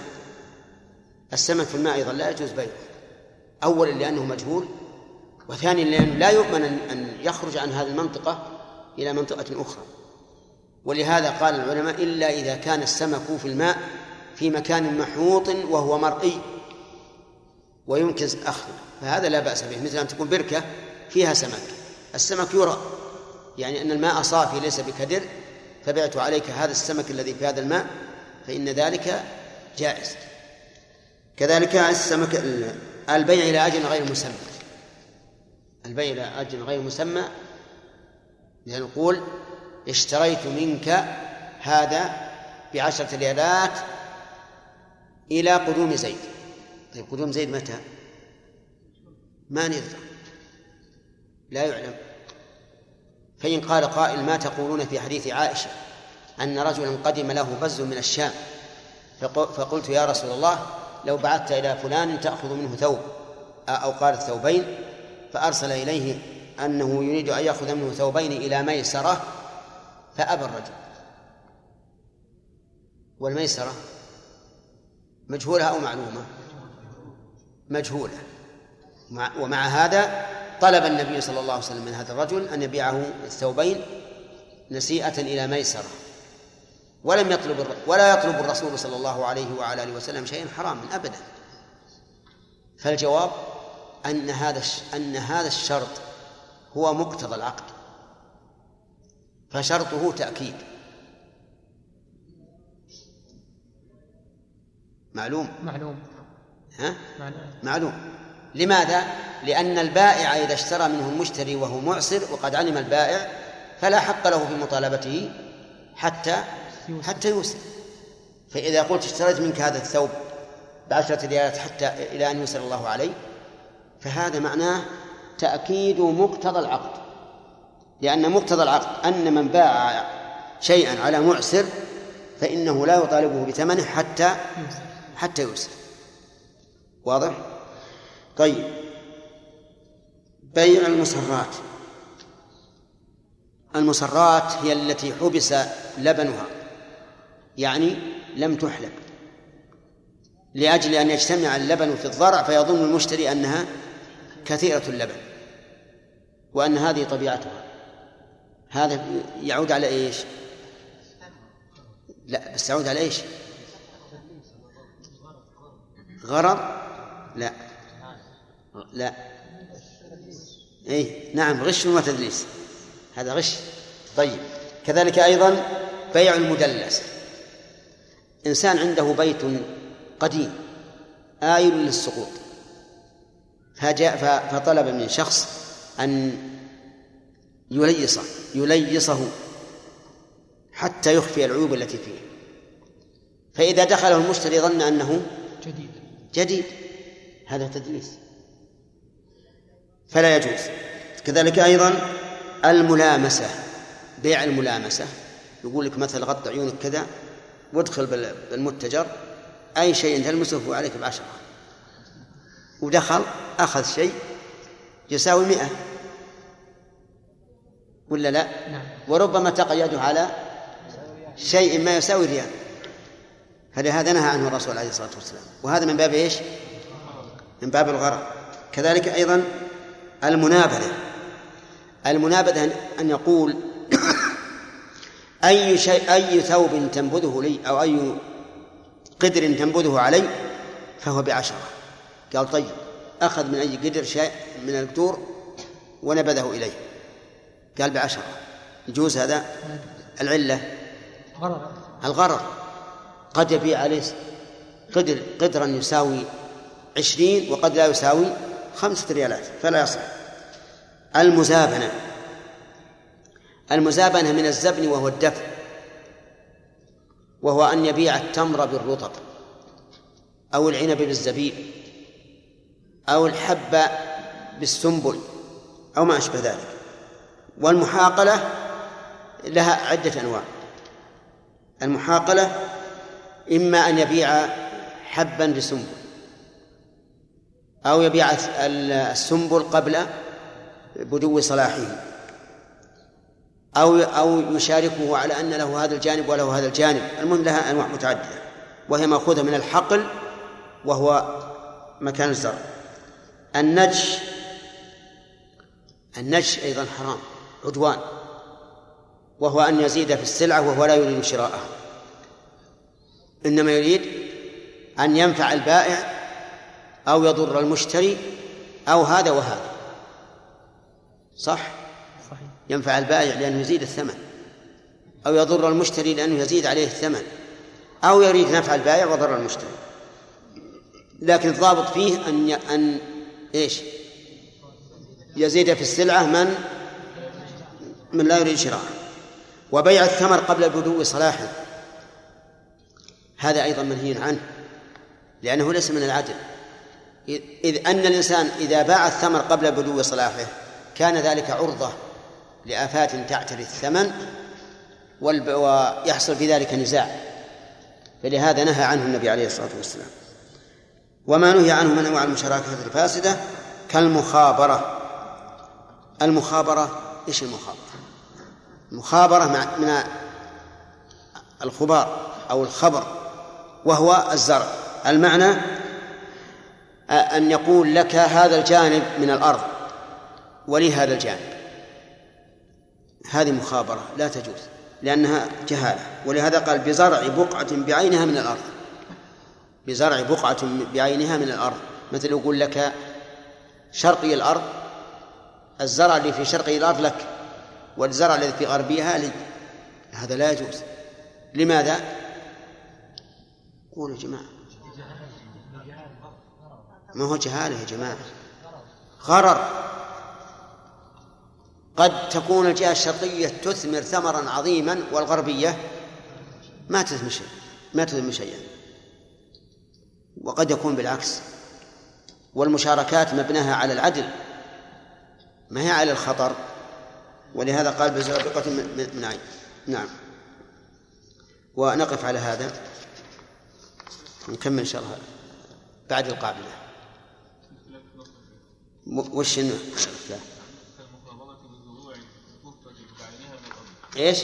في الماء أيضا لا يجوز بيعه، أولا لأنه مجهول، وثانيا لأنه لا يؤمن أن يخرج عن هذه المنطقة إلى منطقة أخرى. ولهذا قال العلماء إلا إذا كان السمك في الماء في مكان محوط وهو مرئي ويمكن أخذه فهذا لا بأس به، مثل أن تكون بركة فيها سمك، السمك يرى، يعني أن الماء صافي ليس بكدر، فبعت عليك هذا السمك الذي في هذا الماء، فإن ذلك جائز. كذلك السمك البيع إلى أجل غير مسمى، البيع إلى أجل غير مسمى، يعني نقول اشتريت منك هذا ب10 ريالات إلى قدوم زيد. طيب قدوم زيد متى؟ ما ندري، لا يعلم. فإن قال قائل ما تقولون في حديث عائشة أن رجلا قدم له غزو من الشام فقلت يا رسول الله لو بعثت إلى فلان تأخذ منه ثوب أو قال ثوبين، فأرسل إليه أنه يريد أن يأخذ منه ثوبين إلى ميسرة فأبى الرجل. والميسرة مجهولة أو معلومة؟ مجهولة. ومع هذا طلب النبي صلى الله عليه وسلم من هذا الرجل أن يبيعه الثوبين نسيئة إلى ميسرة، ولا يطلب الرسول صلى الله عليه وعلى آله وسلم شيئا حراما أبدا. فالجواب أن هذا الشرط هو مقتضى العقد، فشرطه تأكيد. معلوم. ها؟ معلوم. لماذا؟ لأن البائع إذا اشترى منه المشتري وهو معسر وقد علم البائع فلا حق له في مطالبته حتى يوسر. فإذا قلت اشتريت منك هذا الثوب ب10 ريالات حتى إلى أن يوسر الله عليه، فهذا معناه تأكيد مقتضى العقد، لأن مقتضى العقد أن من باع شيئا على معسر فإنه لا يطالبه بثمنه حتى يوسر. واضح؟ طيب، بيع المسرات هي التي حبس لبنها، يعني لم تحلب، لأجل أن يجتمع اللبن في الضرع فيظن المشتري أنها كثيرة اللبن وأن هذه طبيعتها. هذا يعود على إيش؟ لا، بس يعود على إيش؟ غرر؟ لا. إيه نعم، غش وتدليس، هذا غش. طيب، كذلك أيضا بيع المدلس. إنسان عنده بيت قديم آيل للسقوط، فطلب من شخص أن يليصه حتى يخفي العيوب التي فيه، فإذا دخله المشتري ظن أنه جديد، هذا تدليس فلا يجوز. كذلك أيضا الملامسة، بيع الملامسة، يقول لك مثل غطى عيونك كذا وادخل بالمتجر أي شيء تلمسه عليك ب10، ودخل أخذ شيء يساوي 100 ولا لا؟ وربما تقيده على شيء ما يساوي ريال، فلهذا نهى عنه الرسول عليه الصلاة والسلام، وهذا من باب إيش؟ من باب الغرر. كذلك أيضا المنابذة أن يقول أي ثوب تنبذه لي أو أي قدر تنبذه علي فهو ب10. قال طيب، أخذ من أي قدر شيء من القدور ونبذه إليه، قال ب10، يجوز هذا؟ العلة الغرر، قد يبيع عليه قدرا يساوي 20 وقد لا يساوي 5 ريالات فلا يصح. المزابنة من الزبن وهو الدفع، وهو أن يبيع التمر بالرطب أو العنب بالزبيب أو الحب بالسنبل أو ما أشبه ذلك. والمحاقلة لها عدة أنواع. المحاقلة إما أن يبيع حبا بسنبل أو يبيع السنبل قبل بدو صلاحه أو يشاركه على أن له هذا الجانب وله هذا الجانب. المهم لها أنواع متعددة، وهي مأخوذة من الحقل وهو مكان الزرع. النجش أيضا حرام، عدوان، وهو أن يزيد في السلعة وهو لا يريد شراءها، إنما يريد أن ينفع البائع أو يضر المشتري أو هذا وهذا. صح؟ ينفع البائع لأنه يزيد الثمن، أو يضر المشتري لأنه يزيد عليه الثمن، أو يريد نفع البائع وضر المشتري. لكن الضابط فيه أن إيش؟ يزيد في السلعة من لا يريد شراءه. وبيع الثمر قبل بدو صلاحه هذا أيضا منهي عنه، لأنه ليس من العدل، إذ أن الإنسان إذا باع الثمر قبل بدو صلاحه كان ذلك عرضة لآفات تعتري الثمن ويحصل في ذلك نزاع، فلهذا نهى عنه النبي عليه الصلاة والسلام. وما نهي عنه من أنواع المشاركات الفاسدة كالمخابرة. المخابرة إيش المخابرة؟ المخابرة من الخبار أو الخبر، وهو الزرع. المعنى أن يقول لك هذا الجانب من الأرض ولي هذا الجانب، هذه مخابرة لا تجوز لأنها جهالة. ولهذا قال بزرع بقعة بعينها من الأرض، بزرع بقعة بعينها من الأرض. مثل يقول لك شرقي الأرض، الزرع اللي في شرقي الأرض لك والزرع الذي في غربيها لي، هذا لا يجوز. لماذا؟ قولوا يا جماعة، ما هو جهالة يا جماعة، غرر. قد تكون الجهة الشرقية تثمر ثمرا عظيما والغربية ما تثمر شيئا، وقد يكون بالعكس. والمشاركات مبناها على العدل ما هي على الخطر، ولهذا قال بزرقة من عين. نعم. ونقف على هذا نكمل إن شاء الله بعد القابلة. وش إيش؟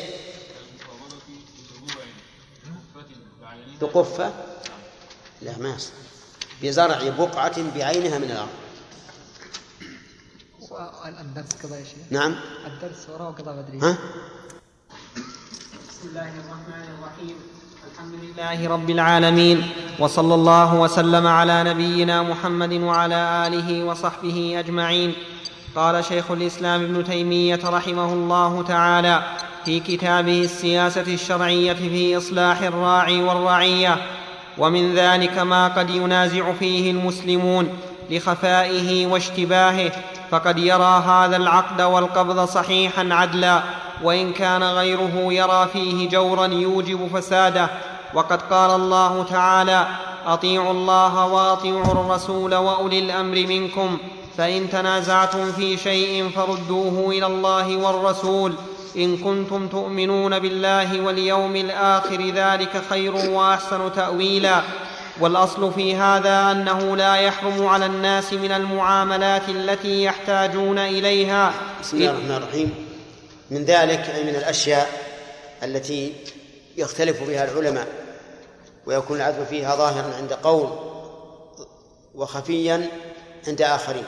بقفة؟ لا ما يصح. بزرع بقعة بعينها من الأرض. الدرس قضاء يا شيخ. نعم. الدرس وراء قضاء بدري. بسم الله الرحمن الرحيم. الحمد لله رب العالمين، وصلى الله وسلم على نبينا محمد وعلى آله وصحبه أجمعين. قال شيخ الإسلام ابن تيمية رحمه الله تعالى في كتابه السياسة الشرعية في إصلاح الراعي والرعية: ومن ذلك ما قد ينازع فيه المسلمون لخفائه واشتباهه، فقد يرى هذا العقد والقبض صحيحا عدلا، وإن كان غيره يرى فيه جورا يوجب فساده. وقد قال الله تعالى: أطيعوا الله وأطيعوا الرسول وأولي الأمر منكم، فإن تنازعتم في شيء فردوه إلى الله والرسول إن كنتم تؤمنون بالله واليوم الآخر، ذلك خير وأحسن تأويلا. والأصل في هذا أنه لا يحرم على الناس من المعاملات التي يحتاجون إليها. بسم الله الرحمن الرحيم. من ذلك أي من الأشياء التي يختلف بها العلماء ويكون العدل فيها ظاهرا عند قوم وخفيا عند آخرين،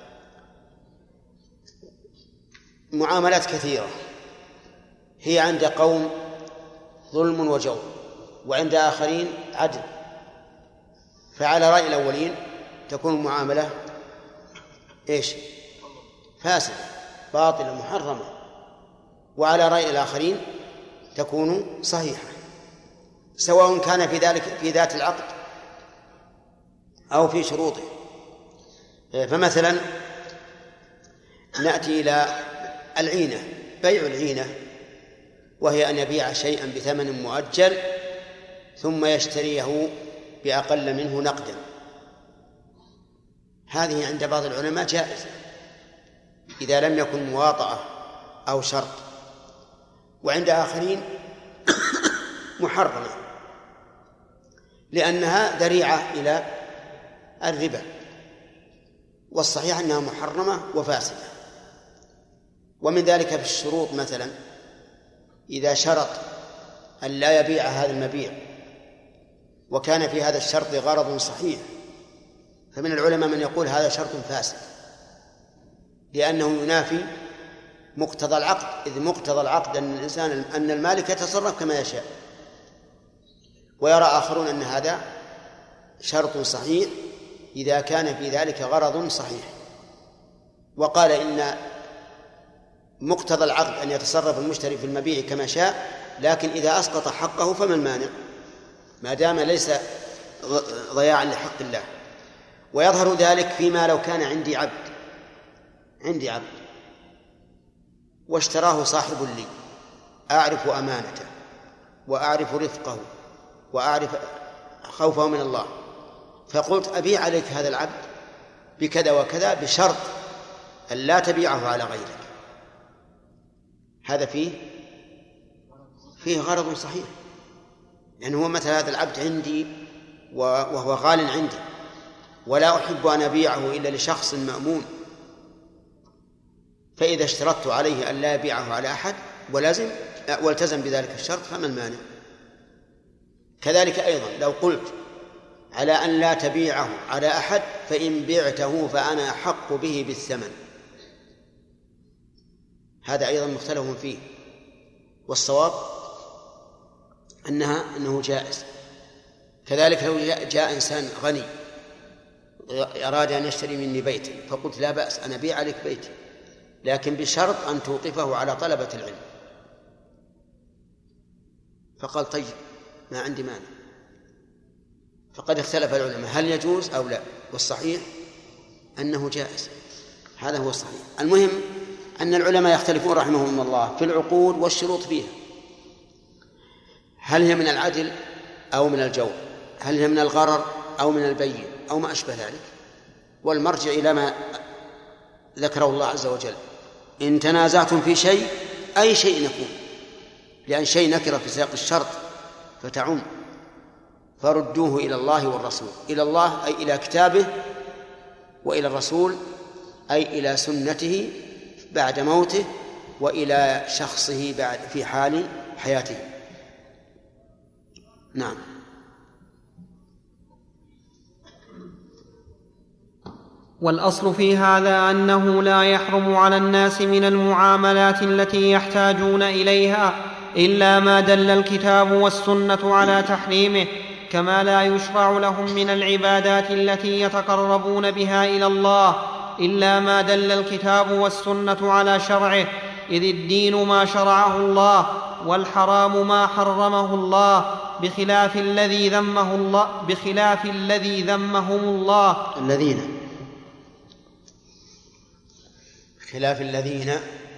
معاملات كثيرة هي عند قوم ظلم وجور، وعند آخرين عدل. فعلى رأي الأولين تكون المعاملة إيش؟ فاسدة باطلة محرمة، وعلى رأي الآخرين تكون صحيحة، سواء كان في ذلك في ذات العقد أو في شروطه. فمثلا نأتي إلى العينة، بيع العينة، وهي أن يبيع شيئا بثمن مؤجل ثم يشتريه بأقل منه نقدا، هذه عند بعض العلماء جائزة إذا لم يكن مواطأة أو شرط، وعند آخرين محرمة لأنها ذريعة إلى الربا، والصحيح أنها محرمة وفاسدة. ومن ذلك في الشروط مثلا إذا شرط أن لا يبيع هذا المبيع وكان في هذا الشرط غرض صحيح، فمن العلماء من يقول هذا شرط فاسد لأنه ينافي مقتضى العقد، إذ مقتضى العقد أن المالك يتصرف كما يشاء. ويرى آخرون أن هذا شرط صحيح إذا كان في ذلك غرض صحيح، وقال إن مقتضى العقد أن يتصرف المشتري في المبيع كما شاء، لكن إذا أسقط حقه فما المانع ما دام ليس ضياعا لحق الله. ويظهر ذلك فيما لو كان عندي عبد واشتراه صاحب لي أعرف أمانته وأعرف رفقه وأعرف خوفه من الله، فقلت أبيع عليك هذا العبد بكذا وكذا بشرط أن لا تبيعه على غيرك، هذا فيه غرض صحيح، يعني هو مثل هذا العبد عندي وهو غال عندي ولا أحب أن أبيعه إلا لشخص مأمون، فإذا اشترطت عليه أن لا يبيعه على أحد والتزم بذلك الشرط فما المانع. كذلك أيضا لو قلت على أن لا تبيعه على أحد فإن بعته فأنا أحق به بالثمن، هذا أيضا مختلف فيه، والصواب أنه جائز. كذلك لو جاء إنسان غني أراد أن يشتري مني بيتا فقلت لا بأس أنا أبيع عليك بيتي لكن بشرط أن توقفه على طلبة العلم، فقال طيب ما عندي مانع، فقد اختلف العلماء هل يجوز أو لا، والصحيح أنه جائز، هذا هو الصحيح. المهم أن العلماء يختلفون رحمهم الله في العقود والشروط فيها، هل هي من العدل أو من الجور، هل هي من الغرر أو من البين أو ما أشبه ذلك، والمرجع إلى ما ذكره الله عز وجل إن تنازعتم في شيء أي شيء يكون، لأن شيء نكر في سياق الشرط فتعم، فردوه إلى الله والرسول، إلى الله أي إلى كتابه، وإلى الرسول أي إلى سنته بعد موته، وإلى شخصه بعد في حال حياته. نعم. والأصل في هذا أنه لا يحرم على الناس من المعاملات التي يحتاجون إليها إلا ما دل الكتاب والسنة على تحريمه، كما لا يشرع لهم من العبادات التي يتقربون بها إلى الله إلا ما دل الكتاب والسنة على شرعه، إذ الدين ما شرعه الله والحرام ما حرمه الله، بخلاف الذي ذمهم الله خلاف الذين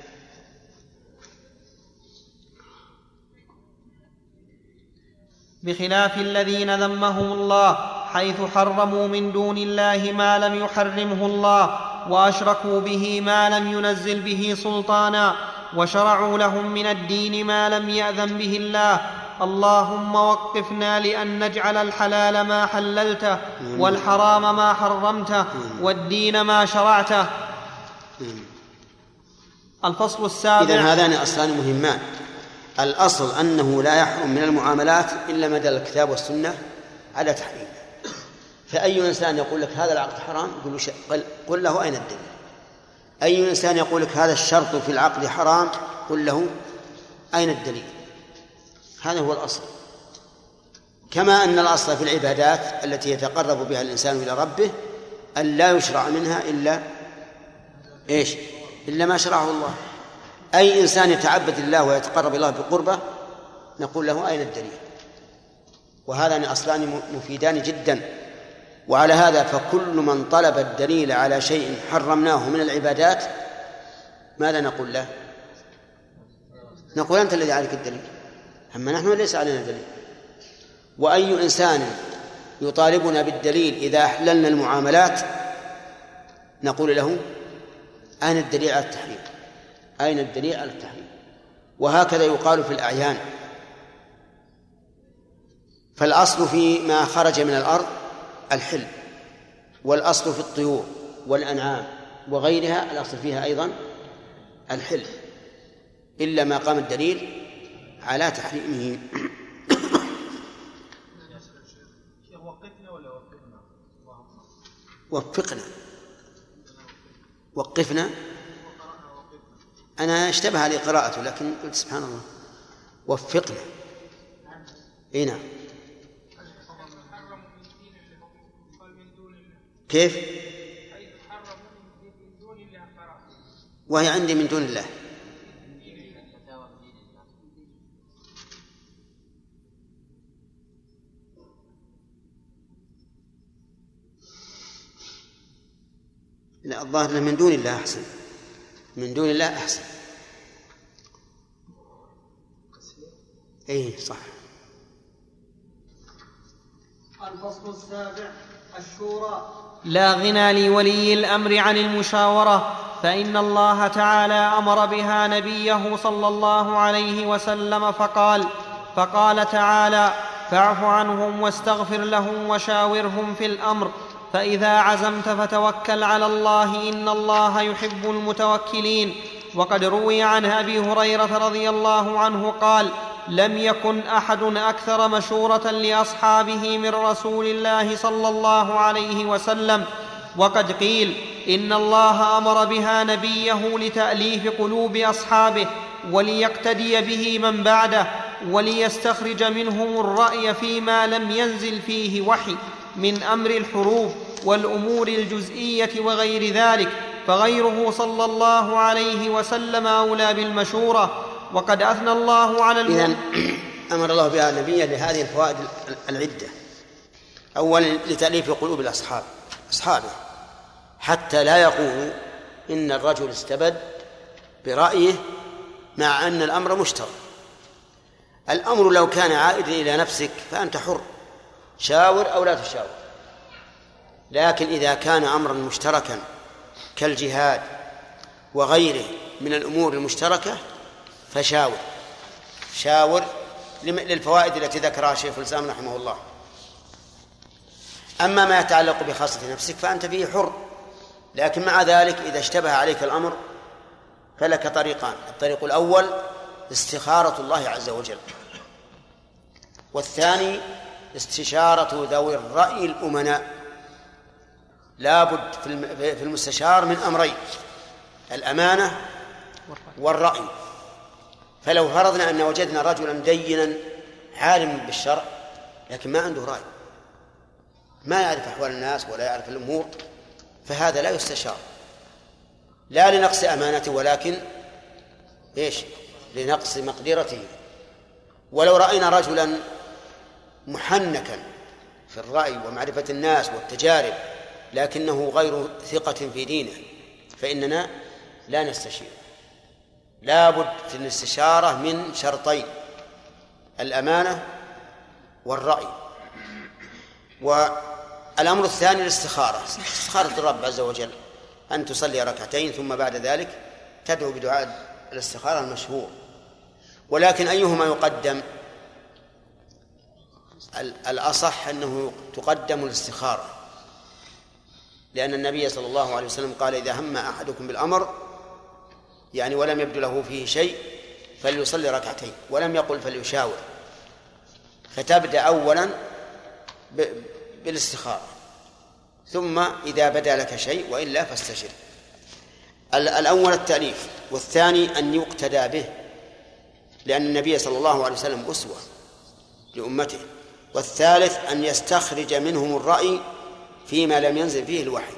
بخلاف الذين ذمهم الله حيث حرموا من دون الله ما لم يحرمه الله وأشركوا به ما لم ينزل به سلطانا وشرعوا لهم من الدين ما لم يأذن به الله. اللهم وقفنا لأن نجعل الحلال ما حللته والحرام ما حرمته والدين ما شرعته. الفصل السابع. إذن هذان أصلان مهمان. الأصل أنه لا يحرم من المعاملات إلا ما دل الكتاب والسنة على تحريمه. فأي إنسان يقول لك هذا العقد حرام قل له أين الدليل؟ أي إنسان يقول لك هذا الشرط في العقد حرام قل له أين الدليل؟ هذا هو الأصل. كما أن الأصل في العبادات التي يتقرب بها الإنسان إلى ربه أن لا يشرع منها إلا ما شرعه الله. أي إنسان يتعبد الله ويتقرب الله بقربه نقول له أين الدليل؟ وهذان أصلان مفيدان جدا. وعلى هذا فكل من طلب الدليل على شيء حرمناه من العبادات ماذا نقول له؟ نقول أنت الذي عليك الدليل، أما نحن ليس علينا دليل. وأي إنسان يطالبنا بالدليل إذا أحللنا المعاملات نقول له أين الدليل على التحريم؟ أين الدليل على التحريم؟ وهكذا يقال في الأعيان. فالأصل فيما خرج من الأرض الحل، والأصل في الطيور والأنعام وغيرها الأصل فيها أيضا الحل، إلا ما قام الدليل على تحريمه. وقفنا أنا اشتبه لي قراءته لكن قلت سبحان الله وفقنا. نعم. كيف؟ وهي عندي من دون الله. لا، الظاهر من دون الله أحسن، من دون الله أحسن. إيه صح. الفصل السابع: الشورى. لا غنى لولي الأمر عن المشاورة، فإن الله تعالى أمر بها نبيه صلى الله عليه وسلم فقال تعالى: فاعف عنهم واستغفر لهم وشاورهم في الأمر، فإذا عزمت فتوكل على الله إن الله يحب المتوكلين. وقد روي عن أبي هريرة رضي الله عنه قال: لم يكن أحد أكثر مشورة لأصحابه من رسول الله صلى الله عليه وسلم. وقد قيل إن الله أمر بها نبيه لتأليف قلوب أصحابه وليقتدي به من بعده وليستخرج منهم الرأي فيما لم ينزل فيه وحي من أمر الحروب والأمور الجزئية وغير ذلك، فغيره صلى الله عليه وسلم أولى بالمشورة. وقد أثنى الله على إذن أمر الله بها النبي لهذه الفوائد العدة. أولا لتأليف قلوب أصحابه حتى لا يقولوا إن الرجل استبد برأيه مع أن الأمر مشترك. الأمر لو كان عائدا إلى نفسك فأنت حر، شاور أو لا تشاور. لكن إذا كان أمرا مشتركا كالجهاد وغيره من الأمور المشتركة فشاور للفوائد التي ذكرها شيخ الإسلام رحمه الله. أما ما يتعلق بخاصة نفسك فأنت فيه حر، لكن مع ذلك إذا اشتبه عليك الأمر فلك طريقان: الطريق الأول استخارة الله عز وجل، والثاني استشارة ذوي الرأي الأمناء. لا بد في المستشار من أمرين: الأمانة والرأي. فلو فرضنا أن وجدنا رجلا دينا عالم بالشرع لكن ما عنده رأي، ما يعرف أحوال الناس ولا يعرف الأمور، فهذا لا يستشار، لا لنقص أمانته ولكن لنقص مقدرته. ولو رأينا رجلا محنكا في الرأي ومعرفة الناس والتجارب لكنه غير ثقة في دينه فإننا لا نستشير. لا بد في الاستشارة من شرطين: الأمانة والرأي. والأمر الثاني الاستخارة، استخارة الرب عز وجل، أن تصلي ركعتين ثم بعد ذلك تدعو بدعاء الاستخارة المشهور. ولكن أيهما يقدم؟ الأصح أنه تقدم الاستخارة، لأن النبي صلى الله عليه وسلم قال: إذا هم أحدكم بالأمر يعني ولم يبدو له فيه شيء فليصلي ركعتين، ولم يقل فليشاور. فتبدأ أولا بالاستخارة، ثم إذا بدا لك شيء وإلا فاستشر. الأول التأليف، والثاني أن يقتدى به، لأن النبي صلى الله عليه وسلم أسوة لأمته. والثالث أن يستخرج منهم الرأي فيما لم ينزل فيه الوحي،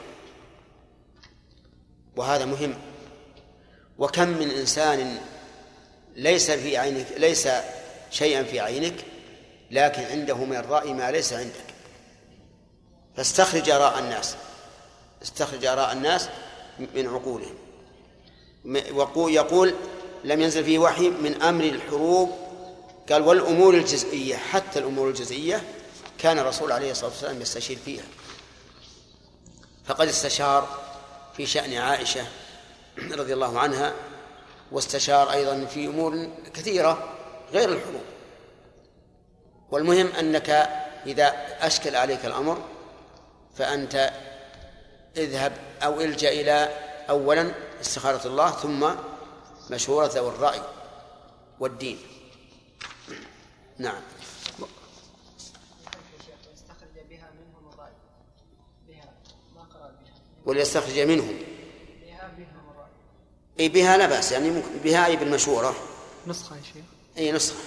وهذا مهم. وكم من إنسان ليس في عينك، ليس شيئا في عينك، لكن عنده من الرأي ما ليس عندك، فاستخرج آراء الناس، استخرج آراء الناس من عقولهم. يقول لم ينزل فيه وحي من أمر الحروب، قال والأمور الجزئية، حتى الأمور الجزئية كان الرسول عليه الصلاة والسلام يستشير فيها، فقد استشار في شأن عائشة رضي الله عنها، واستشار أيضا في أمور كثيرة غير الحروب. والمهم أنك إذا أشكل عليك الأمر فأنت اذهب أو الجأ إلى أولا استخارة الله ثم مشورة ذوي الرأي والدين. نعم. وليستخرج منهم أي بها لا بأس، يعني بها أي بالمشورة. نسخة يا شيخ. أي نسخة.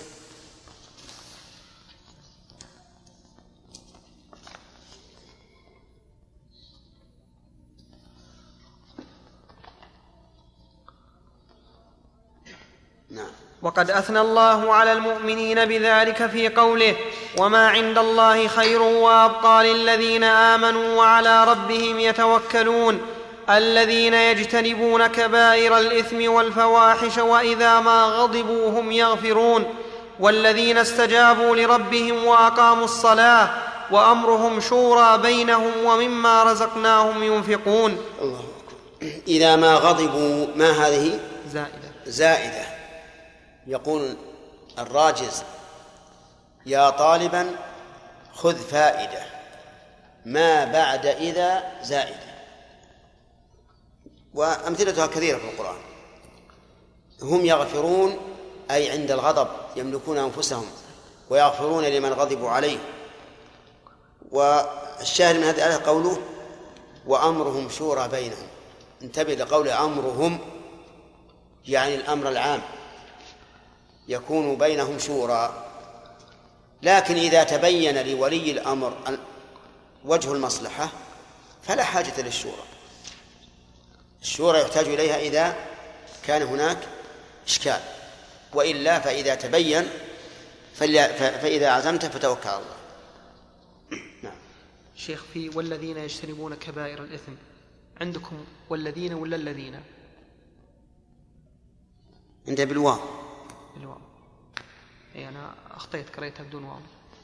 نعم. وقد أثنى الله على المؤمنين بذلك في قوله: وما عند الله خير وأبقى للذين آمنوا وعلى ربهم يتوكلون، الذين يجتنبون كبائر الإثم والفواحش وإذا ما غضبوا هم يغفرون، والذين استجابوا لربهم وأقاموا الصلاة وأمرهم شورى بينهم ومما رزقناهم ينفقون. الله أكبر. إذا ما غضبوا، ما هذه؟ زائدة. يقول الراجز: يا طالبا خذ فائدة، ما بعد إذا زائدة. وأمثلتها كثيرة في القرآن. هم يغفرون أي عند الغضب يملكون أنفسهم ويغفرون لمن غضبوا عليه. والشاهد من هذه الآية قوله: وأمرهم شورى بينهم. انتبه لقول أمرهم، يعني الأمر العام يكون بينهم شورى. لكن إذا تبين لولي الأمر وجه المصلحة فلا حاجة للشورى. الشورى يحتاج إليها إذا كان هناك إشكال، وإلا فإذا تبين فإذا عزمت فتوكل على الله. نعم. شيخ، في والذين يجتنبون كبائر الإثم عندكم والذين ولا الذين؟ عندها بالواو. بالواو. أي أنا أخطيت، قريتها بدون واو.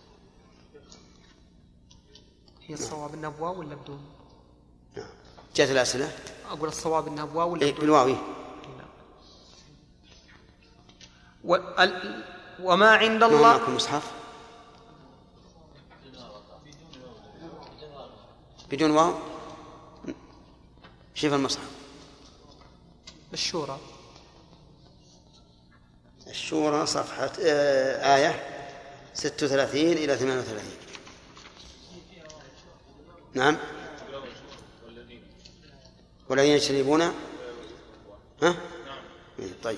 هي الصواب أنها بواو ولا بدون؟ نعم. جاءت الأسئلة. أقول الصواب أنها بواو ولا بدون؟ بالواو. وما عند الله. معكم مصحف بدون واو؟ شوف المصحف. الشورى صفحة آية 36 إلى 38. نعم. والذين يجتنبون. ها؟ طيب.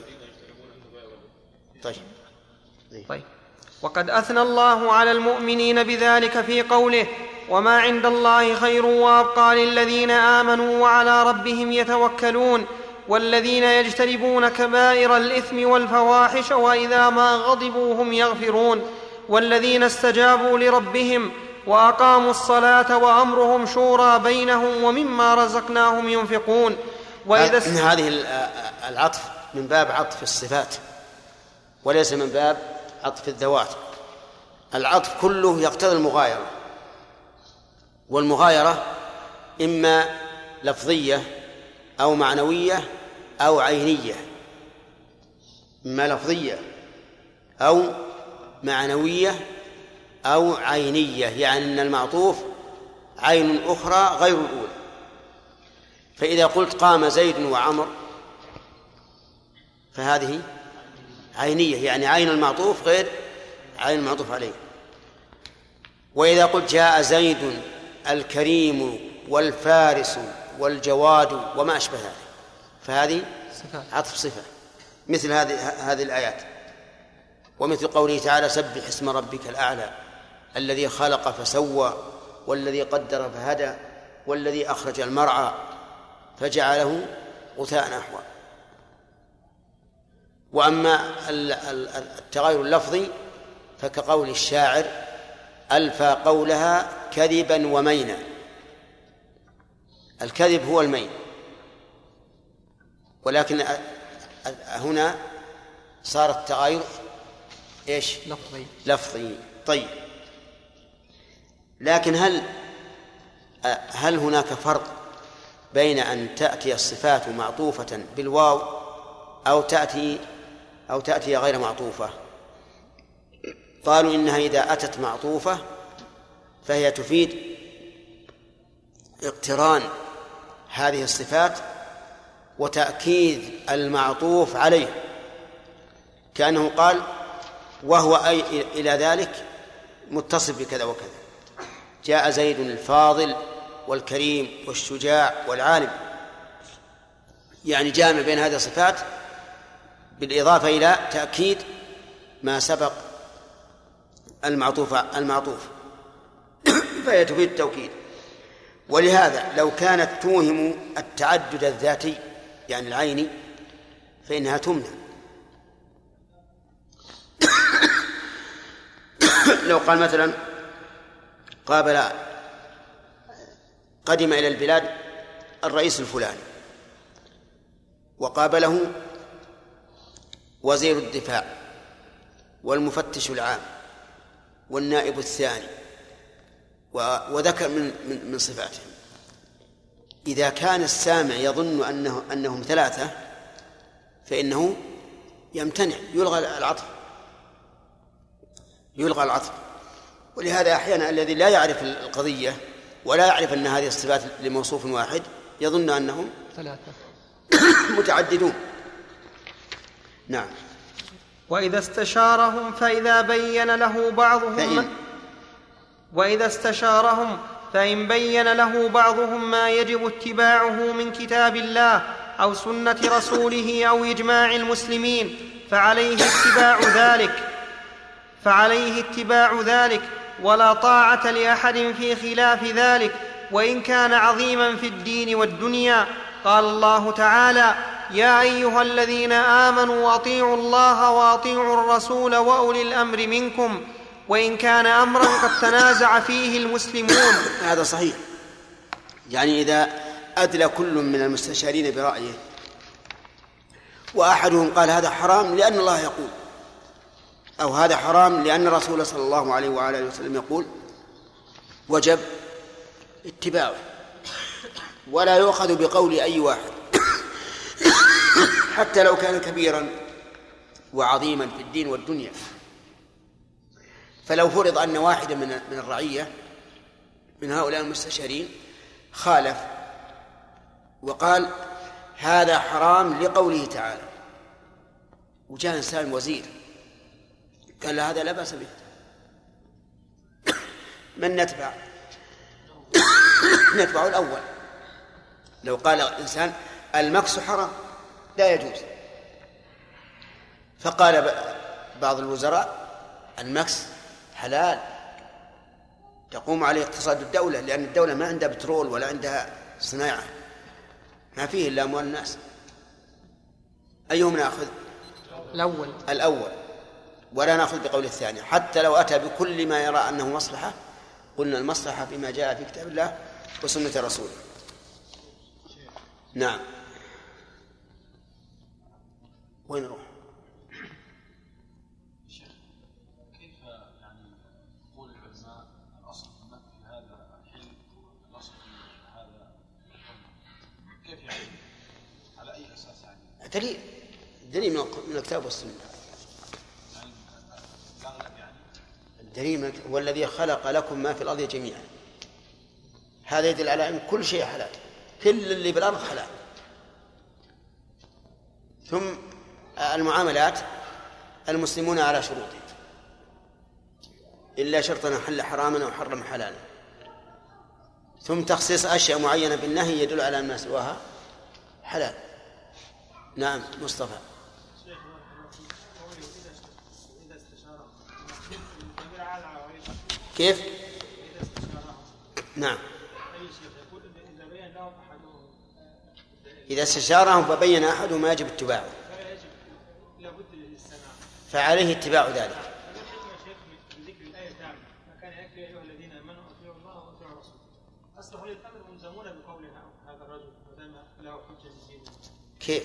وقد أثنى الله على المؤمنين بذلك في قوله: وما عند الله خير وأبقى للذين آمنوا وعلى ربهم يتوكلون، والذين يجتنبون كبائر الإثم والفواحش وإذا ما غضبوا هم يغفرون، والذين استجابوا لربهم وأقاموا الصلاة وأمرهم شورى بينهم ومما رزقناهم ينفقون. هذه العطف من باب عطف الصفات وليس من باب عطف الذوات. العطف كله يقتضي المغايرة، والمغايرة إما لفظية أو معنوية أو عينية. إما لفظية أو معنوية أو عينية، يعني أن المعطوف عين أخرى غير الأولى. فإذا قلت قام زيد وعمر فهذه عينية، يعني عين المعطوف غير عين المعطوف عليه. وإذا قلت جاء زيد الكريم والفارس والجواد وما أشبه ذلك فهذه عطف صفة، مثل هذه الآيات. ومثل قوله تعالى: سبح اسم ربك الأعلى الذي خلق فسوى والذي قدر فهدى والذي أخرج المرعى فجعله غثاء نحوا. وأما التغير اللفظي فكقول الشاعر: ألفى قولها كذبا ومينا. الكذب هو المين، ولكن هنا صار التغير إيش؟ لفظي. طيب. لكن هل هناك فرق بين أن تأتي الصفات معطوفة بالواو أو تأتي غير معطوفة؟ قالوا إنها إذا أتت معطوفة فهي تفيد اقتران هذه الصفات وتأكيد المعطوف عليه، كأنه قال وهو أي إلى ذلك متصف بكذا وكذا. جاء زيد الفاضل والكريم والشجاع والعالم، يعني جامع بين هذه الصفات بالإضافة إلى تأكيد ما سبق المعطوف فهي تفيد التوكيد. ولهذا لو كانت توهم التعدد الذاتي يعني العيني فإنها تمنع. لو قال مثلا قدم إلى البلاد الرئيس الفلاني وقابله وزير الدفاع والمفتش العام والنائب الثاني وذكر من صفاتهم، إذا كان السامع يظن أنهم ثلاثة فإنه يمتنع، يلغى العطف. ولهذا أحيانا الذي لا يعرف القضية ولا يعرف أن هذه الصفات لموصوف واحد يظن أنهم ثلاثة متعددون. نعم. وإذا استشارهم فإذا بين له فإن بين له بعضهم ما يجب اتباعه من كتاب الله أو سنة رسوله أو إجماع المسلمين فعليه اتباع ذلك ولا طاعة لأحد في خلاف ذلك وإن كان عظيما في الدين والدنيا. قال الله تعالى: يا أيها الذين آمنوا أطيعوا الله وأطيعوا الرسول وأولي الأمر منكم وإن كان أمرا قد تنازع فيه المسلمون. هذا صحيح، يعني إذا أدلى كل من المستشارين برأيه وأحدهم قال هذا حرام لأن الله يقول، أو هذا حرام لأن الرسول صلى الله عليه وعلى آله وسلم يقول، وجب اتباعه ولا يؤخذ بقول أي واحد حتى لو كان كبيرا وعظيما في الدين والدنيا. فلو فرض أن واحدا من الرعية من هؤلاء المستشارين خالف وقال هذا حرام لقوله تعالى، وجاء إنسان وزير قال هذا لا بأس به، من نتبع؟ نتبع الأول. لو قال إنسان المكس حرام لا يجوز، فقال بعض الوزراء المكس حلال تقوم عليه اقتصاد الدولة، لأن الدولة ما عندها بترول ولا عندها صناعة، ما فيه إلا أموال الناس. أيهم نأخذ؟ الأول ولا نأخذ بقول الثاني، حتى لو أتى بكل ما يرى أنه مصلحة قلنا المصلحة فيما جاء في كتاب الله وسنة رسوله. نعم. وين نروح؟ شيخ كيف يعني يقول العلماء الأصل في هذا الحل الأصل في هذا كيف يعني على أي أساس يعني؟ دليل من الكتاب والسنة. يعني الأغلب يعني الدليل هو الذي خلق لكم ما في الأرض جميعا، هذا يدل على أن كل شيء حلال، كل اللي بالأرض حلال. ثم المعاملات المسلمون على شروطه إلا شرطا حل حراما أو حرم حلالا. ثم تخصيص أشياء معينة بالنهي يدل على أن ما سواها حلال. نعم مصطفى. كيف؟ نعم. إذا استشارهم فبين أحدهم ما يجب اتباعه فعليه اتباع ذلك. كيف؟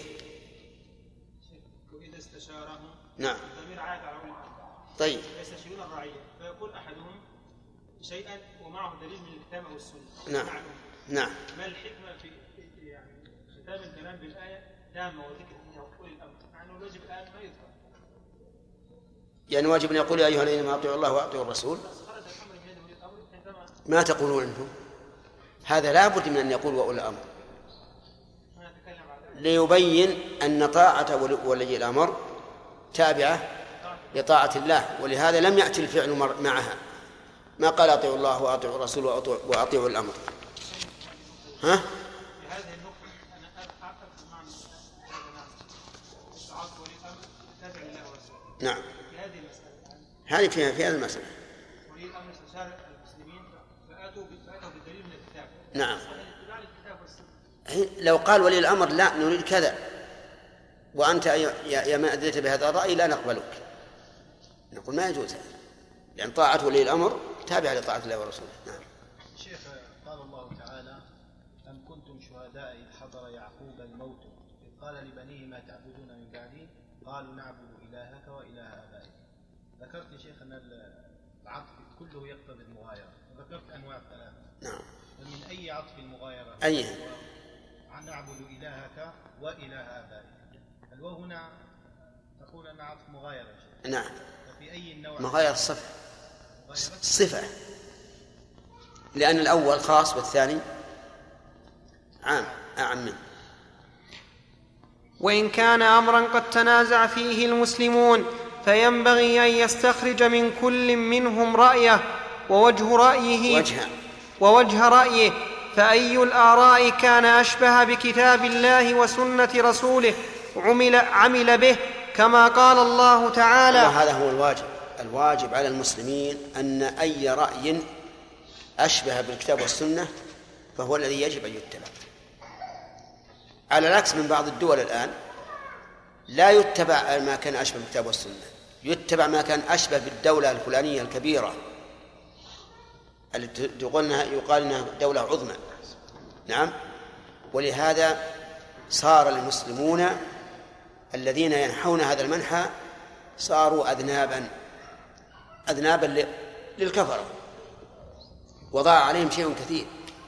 وإذا استشارهم نعم. الضمير عائد على أولي الأمر. طيب. يستشيرون الرعية فيقول أحدهم شيئا ومعه دليل من الكتاب أو السنة. نعم. نعم. ما الحكمة في يعني ختام الكلام بالآية تامة وذكر فيها أولي الأمر، مع أنه الواجب الآن ما يذكر. يعني واجب أن يقول يا أيها الذين أطيعوا الله وأطيعوا الرسول. ما تقولون أنتم؟ هذا لا بد من أن يقول وأولي الأمر، ليبين أن طاعة ولي الأمر تابعة لطاعة الله، ولهذا لم يأتي الفعل معها، ما قال أطيعوا الله وأطيعوا الرسول وأطيعوا الأمر. ها؟ في هذه النقطة أنا أعتقد معنى استعاض ولي الأمر تابع لله ورسوله. نعم. في هذه المسألة. هذه في هذه المسألة. ولي الأمر استشار المسلمين فأتوا بالدليل من الكتاب. نعم. لو قال ولي الأمر لا نريد كذا وأنت يا ما أدريت بهذا الرأي لا نقبلك، نقول ما يجوز هذا، لأن طاعة ولي الأمر تابعة لطاعة الله ورسوله. نعم. شيخ قال الله تعالى أم كنتم شهداء إذ حضر يعقوب الموت إذ قال لبنيه ما تعبدون من بعدي قالوا نعبد إلهك وإله آبائك. ذكرت يا شيخ أن العطف كله يقتضي المغايرة، وذكرت أنواع ثلاثة. نعم. فمن أي عطف المغايرة؟ أيها؟ عن نعبد إلهك وإله آبائك. الواو هنا تقول أن عطف مغايرة. نعم. ففي أي النوع؟ مغايرة صفة، لأن الأول خاص والثاني أعم منه. وإن كان أمرا قد تنازع فيه المسلمون فينبغي أن يستخرج من كل منهم رأيه ووجه رأيه، فأي الآراء كان أشبه بكتاب الله وسنة رسوله عمل به، كما قال الله تعالى. وهذا هو الواجب على المسلمين أن أي رأي أشبه بالكتاب والسنة فهو الذي يجب أن يتبع، على العكس من بعض الدول الآن لا يتبع ما كان أشبه بالكتاب والسنة، يتبع ما كان أشبه بالدولة الفلانية الكبيرة التي يقال أنها دولة عظمى. نعم. ولهذا صار المسلمون الذين ينحون هذا المنحى صاروا أذنابا للكفرة، وضاع عليهم شيء كثير.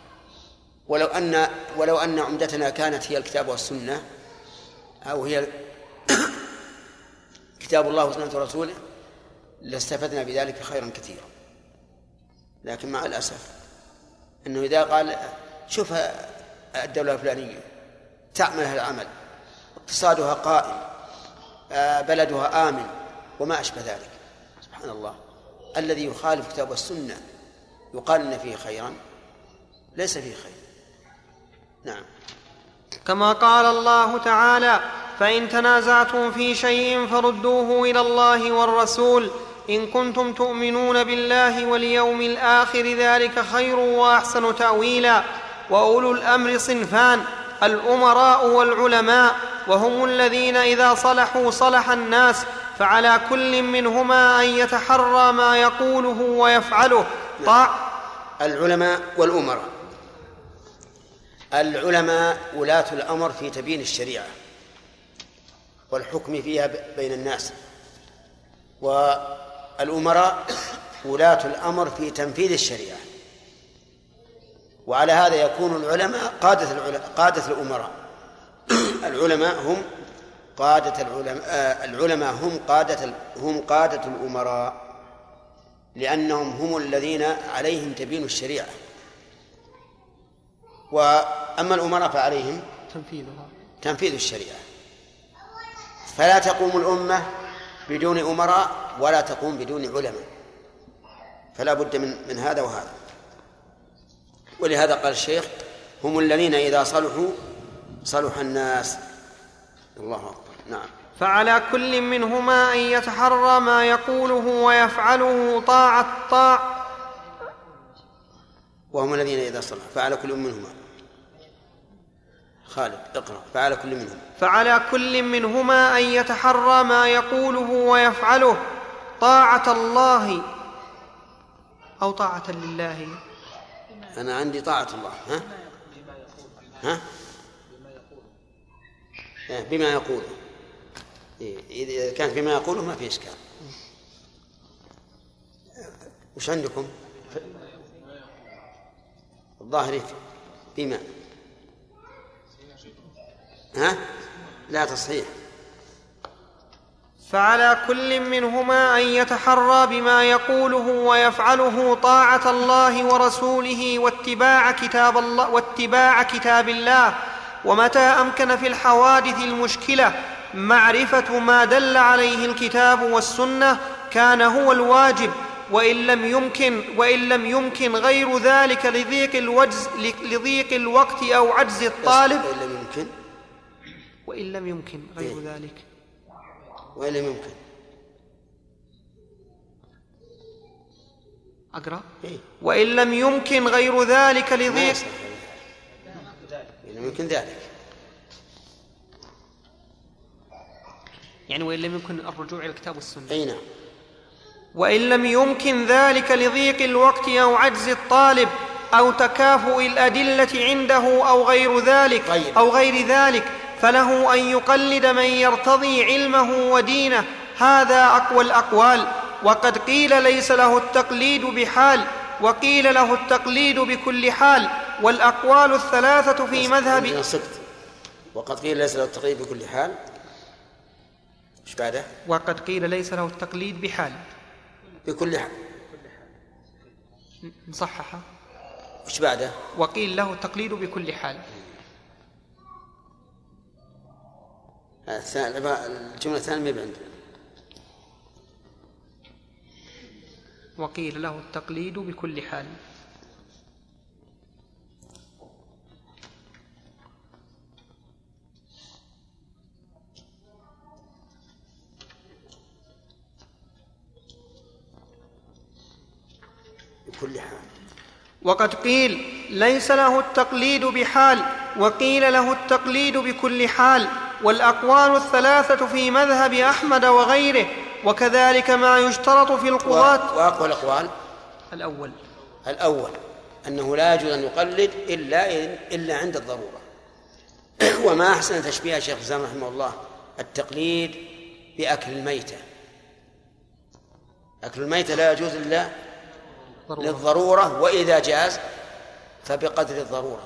ولو أن عمدتنا كانت هي الكتاب والسنة أو هي كتاب الله وسنة رسوله لاستفدنا بذلك خيرا كثيرا، لكن مع الأسف أنه إذا قال شوف الدولة الفلانية تعمل هذا العمل، اقتصادها قائم، بلدها آمن وما أشبه ذلك، سبحان الله، الذي يخالف كتاب والسنة يقال إن فيه خيرا ليس فيه خير. نعم. كما قال الله تعالى: فإن تنازعتم في شيء فردوه إلى الله والرسول إن كنتم تؤمنون بالله واليوم الآخر ذلك خير وأحسن تأويلا. وأولو الأمر صنفان: الأمراء والعلماء، وهم الذين إذا صلحوا صلح الناس، فعلى كل منهما أن يتحرى ما يقوله ويفعله. العلماء والأمراء. العلماء ولاة الأمر في تبيين الشريعة والحكم فيها بين الناس، والأمراء ولاة الأمر في تنفيذ الشريعة. وعلى هذا يكون العلماء قادة الأمراء. العلماء هم قادة العلماء هم قادة الأمراء، لأنهم هم الذين عليهم تبيين الشريعة، وأما الأمراء فعليهم تنفيذ الشريعة. فلا تقوم الأمة بدون أمراء ولا تقوم بدون علماء، فلا بد من هذا وهذا. ولهذا قال الشيخ: هم الذين إذا صلحوا صلح الناس. الله أكبر. نعم. فعلى كل منهما أن يتحرى ما يقوله ويفعله طاعة وهم الذين إذا صلحوا. فعلى كل منهما. خالد اقرأ. فعلى كل منهما أن يتحرى ما يقوله ويفعله طاعة الله أو طاعة لله. أنا عندي طاعة الله. ها؟ بما يقوله. إذا كان بما يقوله ما في إشكال. وش عندكم؟ الظاهر بما ها؟ لا تصحيح. فعلى كل منهما أن يتحرى بما يقوله ويفعله طاعة الله ورسوله واتباع كتاب الله، ومتى أمكن في الحوادث المشكلة معرفة ما دل عليه الكتاب والسنة كان هو الواجب، وإن لم يمكن غير ذلك لضيق الوقت أو عجز الطالب. وإن لم يمكن غير ذلك. وإن لم يمكن أقرأ. وإن لم يمكن غير ذلك لضيق. إن يمكن ذلك يعني وإن لم يمكن الرجوع إلى الكتاب والسنة. أي نعم. وإن لم يمكن ذلك لضيق الوقت أو عجز الطالب أو تكافؤ الأدلة عنده أو غير ذلك فله أن يقلد من يرتضي علمه ودينه، هذا أقوى الأقوال. وقد قيل ليس له التقليد بحال، وقيل له التقليد بكل حال، والأقوال الثلاثة في مذهب. وقد قيل ليس له التقليد بكل حال. ايش بعده؟ وقد قيل ليس له التقليد بحال بكل حال. نصححها. ايش بعده؟ وقيل له التقليد بكل حال. الجملة الثانية ما عندنا. وقيل له التقليد بكل حال. بكل حال. وقد قيل ليس له التقليد بحال، وقيل له التقليد بكل حال، والأقوال الثلاثة في مذهب أحمد وغيره، وكذلك ما يشترط في القضاة. وأقوى الأقوال الأول أنه لا يجوز أن يقلد إلا عند الضرورة. وما أحسن تشبيه الشيخ الإسلام رحمه الله التقليد بأكل الميتة. أكل الميتة لا يجوز إلا للضرورة، وإذا جاز فبقدر الضرورة.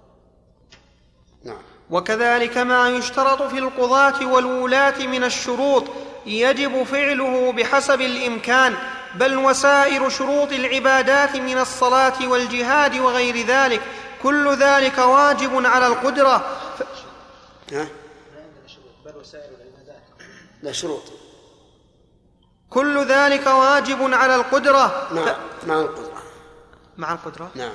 نعم. وكذلك ما يشترط في القضاة والولاة من الشروط يجب فعله بحسب الإمكان، بل وسائر شروط العبادات من الصلاة والجهاد وغير ذلك، كل ذلك واجب على القدرة. لا شروط. كل ذلك واجب على القدرة. مع القدرة. نعم.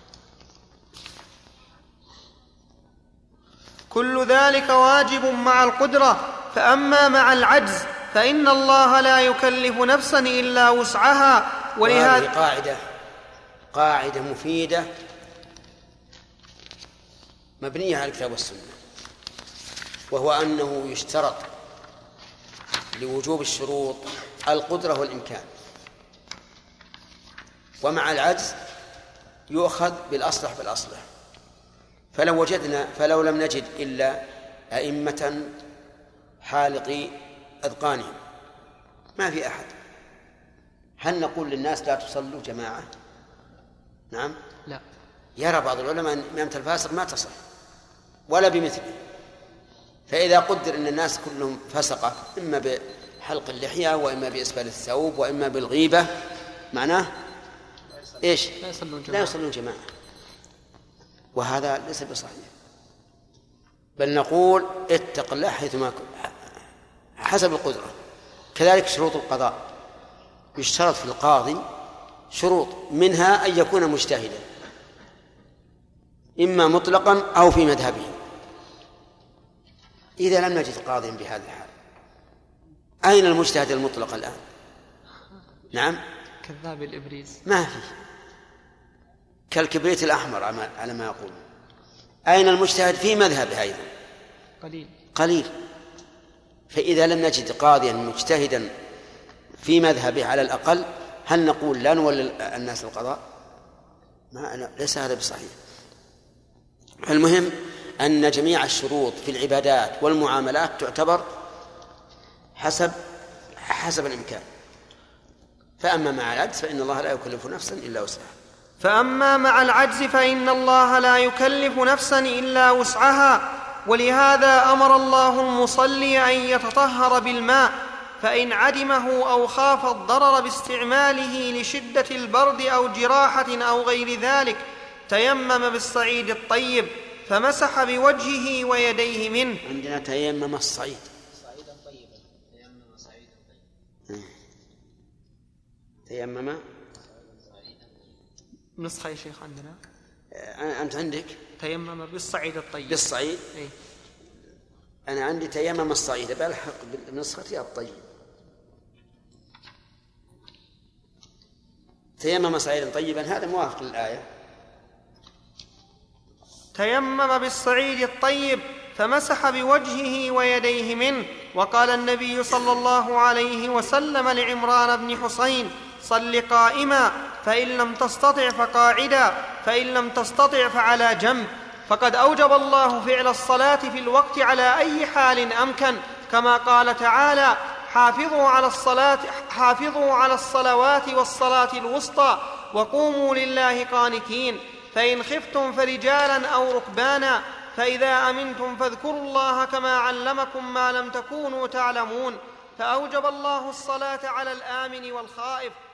كل ذلك واجب مع القدرة. فأما مع العجز فإن الله لا يكلف نفسا إلا وسعها. وهذه قاعدة مفيدة مبنية على الكتاب والسنة، وهو أنه يشترط لوجوب الشروط القدرة والإمكان، ومع العجز يؤخذ بالأصلح بالأصلح. فلو لم نجد إلا أئمة حالقي أذقانهم ما في أحد، هل نقول للناس لا تصلوا جماعة؟ نعم. لا. يرى بعض العلماء أن إمامة الفاسق ما تصح ولا بمثله. فإذا قدر أن الناس كلهم فسقة، إما بحلق اللحية وإما بإسبال الثوب وإما بالغيبة، معناه إيش؟ لا يصلون جماعة. وهذا ليس بصحيح، بل نقول اتق الله حيثما حسب القدرة. كذلك شروط القضاء يشترط في القاضي شروط، منها أن يكون مجتهدا إما مطلقا أو في مذهبه. إذا لم نجد قاضيا بهذا الحال، أين المجتهد المطلق الآن؟ نعم. كذاب الإبريز ما في، كالكبريت الأحمر على ما يقول. أين المجتهد في مذهبه أيضا؟ قليل. فإذا لم نجد قاضيا مجتهدا في مذهبه على الأقل، هل نقول لا نولي الناس القضاء؟ ليس هذا بصحيح. المهم أن جميع الشروط في العبادات والمعاملات تعتبر حسب الإمكان. فأما مع العجز فإن الله لا يكلف نفسا إلا وسعها. فأما مع العجز فإن الله لا يكلف نفسا إلا وسعها، ولهذا أمر الله المصلي أن يتطهر بالماء، فإن عدمه أو خاف الضرر باستعماله لشدة البرد أو جراحة أو غير ذلك تيمم بالصعيد الطيب فمسح بوجهه ويديه منه. عندنا تيمم الصعيد، صعيدا طيبا، تيمم صعيدا طيبا، تيمم نسخة يا شيخ عندنا. أنت عندك تيمم بالصعيد الطيب. بالصعيد؟ إيه؟ أنا عندي تيمم الصعيد، بلحق بالنسخة الطيب. تيمم صعيدا طيبا هذا موافق للآية. تيمم بالصعيد الطيب فمسح بوجهه ويديه منه. وقال النبي صلى الله عليه وسلم لعمران بن حسين: صل قائما، فإن لم تستطع فقاعدا، فإن لم تستطع فعلى جنب. فقد أوجب الله فعل الصلاة في الوقت على أي حال أمكن، كما قال تعالى: حافظوا على الصلوات والصلاة الوسطى وقوموا لله قانتين. فإن خفتم فرجالا أو ركبانا، فإذا أمنتم فاذكروا الله كما علمكم ما لم تكونوا تعلمون. فأوجب الله الصلاة على الآمن والخائف